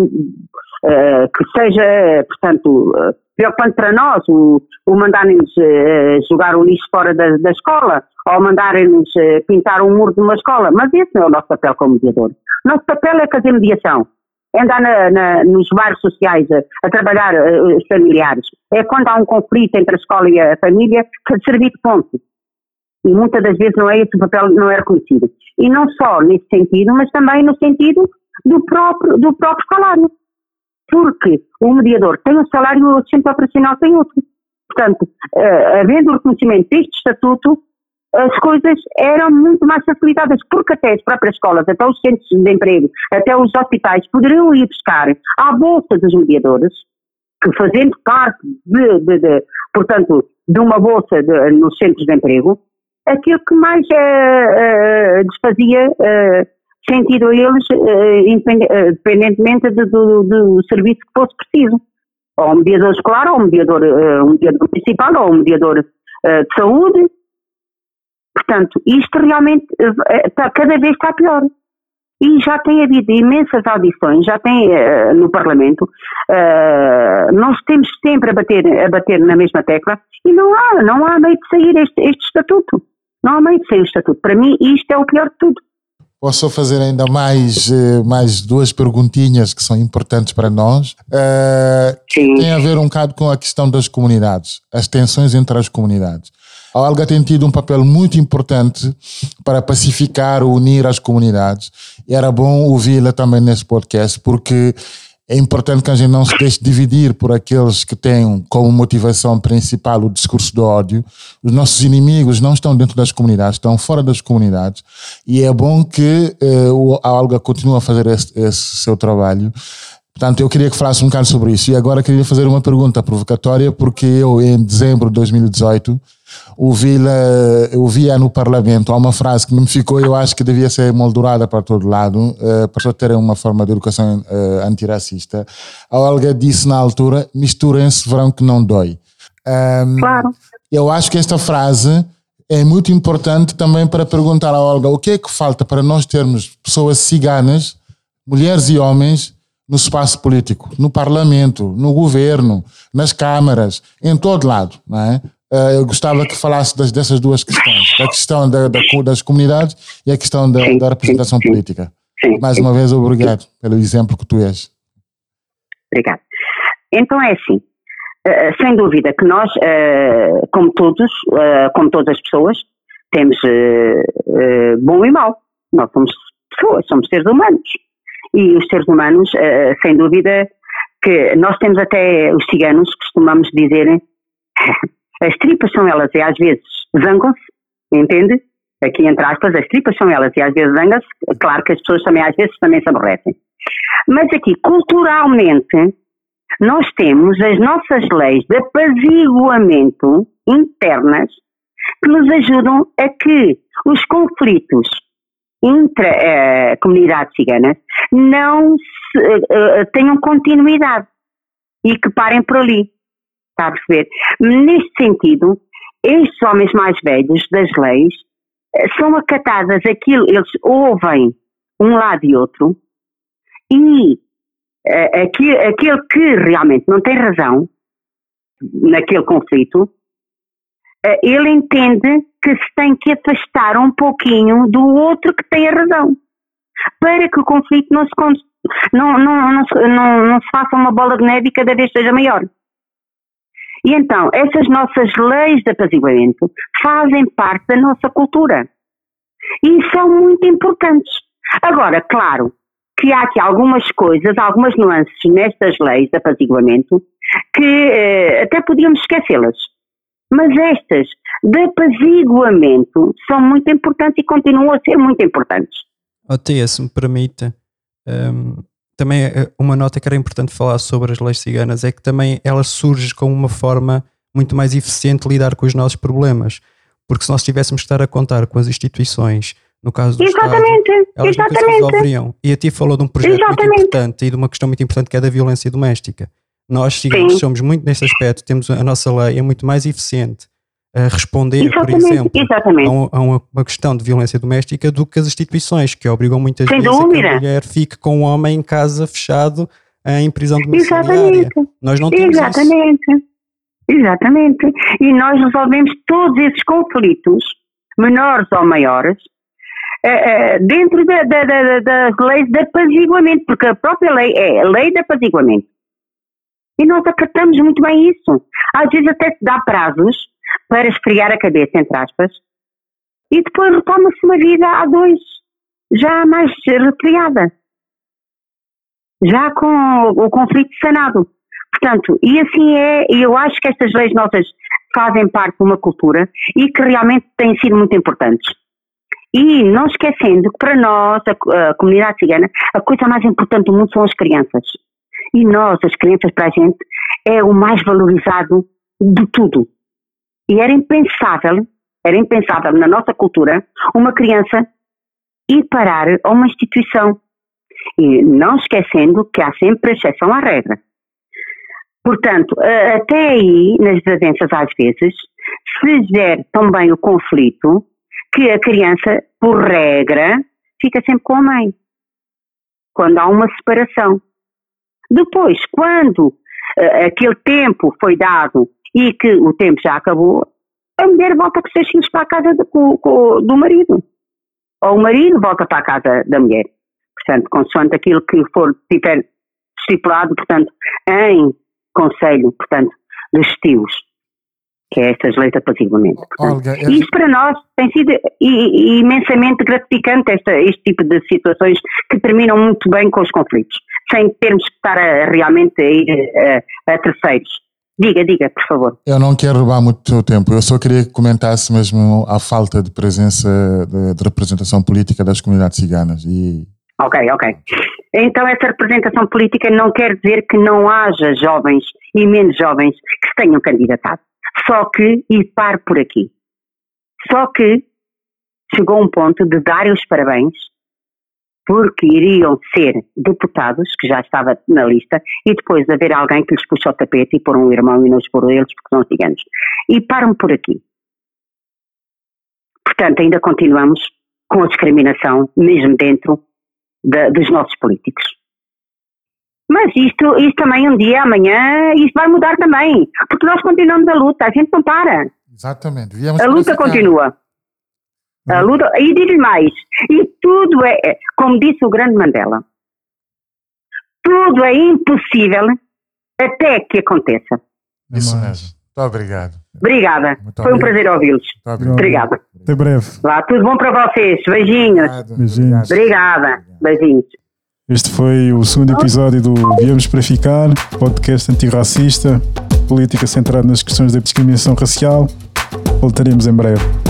Speaker 4: que seja, portanto, preocupante para nós o mandarem-nos jogar o lixo fora da escola, ou mandarem-nos pintar um muro de uma escola, mas esse não é o nosso papel como mediador. O nosso papel é fazer mediação, é andar nos bairros sociais a trabalhar os familiares. É quando há um conflito entre a escola e a família, servir de ponte. E muitas das vezes não é esse o papel, não é reconhecido. E não só nesse sentido, mas também no sentido do próprio salário. Porque o mediador tem um salário e o assistente operacional tem outro. Portanto, havendo o reconhecimento deste estatuto, as coisas eram muito mais facilitadas, porque até as próprias escolas, até os centros de emprego, até os hospitais poderiam ir buscar à bolsa dos mediadores, que fazendo parte portanto, de uma bolsa nos centros de emprego, aquilo que mais lhes fazia sentido a eles, independentemente do serviço que fosse preciso. Ou um mediador escolar, ou um mediador municipal, ou um mediador de saúde. Portanto, isto realmente cada vez está pior. E já tem havido imensas audições, já tem no Parlamento, nós temos sempre a bater na mesma tecla, e não há meio de sair este estatuto. Não há meio de sair o estatuto. Para mim, isto é o pior de tudo.
Speaker 3: Posso fazer ainda mais duas perguntinhas que são importantes para nós. Tem a ver um bocado com a questão das comunidades, as tensões entre as comunidades. A Olga tem tido um papel muito importante para pacificar, unir as comunidades, e era bom ouvi-la também nesse podcast, porque é importante que a gente não se deixe dividir por aqueles que têm como motivação principal o discurso do ódio. Os nossos inimigos não estão dentro das comunidades, estão fora das comunidades, e é bom que a Olga continue a fazer esse seu trabalho. Portanto, eu queria que falasse um bocado sobre isso, e agora queria fazer uma pergunta provocatória, porque eu, em dezembro de 2018, ouvia no Parlamento, há uma frase que não me ficou, eu acho que devia ser moldurada para todo lado, para só terem uma forma de educação antirracista. A Olga disse na altura: misturem-se, verão que não dói.
Speaker 4: Claro.
Speaker 3: Eu acho que esta frase é muito importante também para perguntar à Olga o que é que falta para nós termos pessoas ciganas, mulheres e homens, no espaço político, no Parlamento, no governo, nas câmaras, em todo lado, não é? Eu gostava que falasse dessas duas questões, da questão das comunidades e a questão da representação política. Mais uma vez, obrigado pelo exemplo que tu és.
Speaker 4: Obrigado. Então é assim, sem dúvida que nós, como todas as pessoas, temos bom e mau. Nós somos pessoas, somos seres humanos. E os seres humanos, sem dúvida, que nós temos até os ciganos, costumamos dizer, as tripas são elas e às vezes zangam-se, entende? Aqui entre aspas, as tripas são elas e às vezes zangam-se, claro que as pessoas também às vezes também se aborrecem. Mas aqui, culturalmente, nós temos as nossas leis de apaziguamento internas que nos ajudam a que os conflitos entre a comunidade cigana não tenham continuidade e que parem por ali. Está a perceber? Neste sentido, estes homens mais velhos das leis são acatadas eles ouvem um lado e outro, e aquele que realmente não tem razão naquele conflito, ele entende que se tem que afastar um pouquinho do outro que tem a razão, para que o conflito não se faça uma bola de neve e cada vez seja maior. E então, essas nossas leis de apaziguamento fazem parte da nossa cultura e são muito importantes. Agora, claro que há aqui algumas coisas, algumas nuances nestas leis de apaziguamento que até podíamos esquecê-las. Mas estas de apaziguamento são muito importantes e continuam a ser muito importantes.
Speaker 2: Tia, se me permite, também uma nota que era importante falar sobre as leis ciganas é que também elas surgem como uma forma muito mais eficiente de lidar com os nossos problemas. Porque se nós tivéssemos que estar a contar com as instituições, no caso do Estado, elas nunca se resolveriam. E a tia falou de um projeto muito importante e de uma questão muito importante que é da violência doméstica. Nós ciganos somos muito nesse aspecto, temos a nossa lei, é muito mais eficiente a responder, por exemplo, a uma questão de violência doméstica do que as instituições, que obrigam muitas vezes a que a mulher fique com o homem em casa fechado em prisão domiciliária. Nós não temos isso.
Speaker 4: Exatamente. E nós resolvemos todos esses conflitos, menores ou maiores, dentro das leis de apaziguamento, porque a própria lei é a lei de apaziguamento. E nós acatamos muito bem isso. Às vezes até se dá prazos para esfriar a cabeça, entre aspas, e depois retoma-se uma vida a dois, já mais recriada, já com o conflito sanado. Portanto, e assim é, e eu acho que estas leis nossas fazem parte de uma cultura e que realmente têm sido muito importantes. E não esquecendo que para nós, a comunidade cigana, a coisa mais importante do mundo são as crianças. E nós, as crianças, para a gente, é o mais valorizado de tudo. E era impensável na nossa cultura, uma criança ir parar a uma instituição. E não esquecendo que há sempre exceção à regra. Portanto, até aí, nas desavenças às vezes, se gera também o conflito que a criança, por regra, fica sempre com a mãe. Quando há uma separação. Depois, quando aquele tempo foi dado e que o tempo já acabou, a mulher volta com os seus filhos para a casa do marido. Ou o marido volta para a casa da mulher. Portanto, consoante aquilo que for tiver estipulado, portanto, em conselho, portanto, dos tios, que é estas leis de apaziguamento. Olga, isso para nós tem sido imensamente gratificante, este tipo de situações que terminam muito bem com os conflitos, sem termos que estar realmente a ir a terceiros. Diga, por favor.
Speaker 3: Eu não quero roubar muito do teu tempo, eu só queria que comentasse mesmo a falta de presença de representação política das comunidades ciganas.
Speaker 4: Ok. Então essa representação política não quer dizer que não haja jovens e menos jovens que se tenham candidatado. Só que, e paro por aqui, só que chegou um ponto de dar os parabéns porque iriam ser deputados, que já estava na lista, e depois haver alguém que lhes puxa o tapete e pôr um irmão e não expor eles porque são ciganos. E paro-me por aqui. Portanto, ainda continuamos com a discriminação, mesmo dentro dos nossos políticos. Mas isto também um dia, amanhã, isto vai mudar também, porque nós continuamos a luta, a gente não para.
Speaker 3: Exatamente.
Speaker 4: A luta continua. A luta, e digo mais, e tudo como disse o grande Mandela, tudo é impossível até que aconteça.
Speaker 3: Isso mesmo. Muito obrigado.
Speaker 4: Obrigada. Foi um prazer ouvi-los. Obrigada.
Speaker 1: Até breve.
Speaker 4: Lá, tudo bom para vocês. Beijinhos.
Speaker 1: Beijinhos.
Speaker 4: Obrigada. Beijinhos.
Speaker 1: Este foi o segundo episódio do Viemos para Ficar, podcast antirracista, política centrada nas questões da discriminação racial. Voltaremos em breve.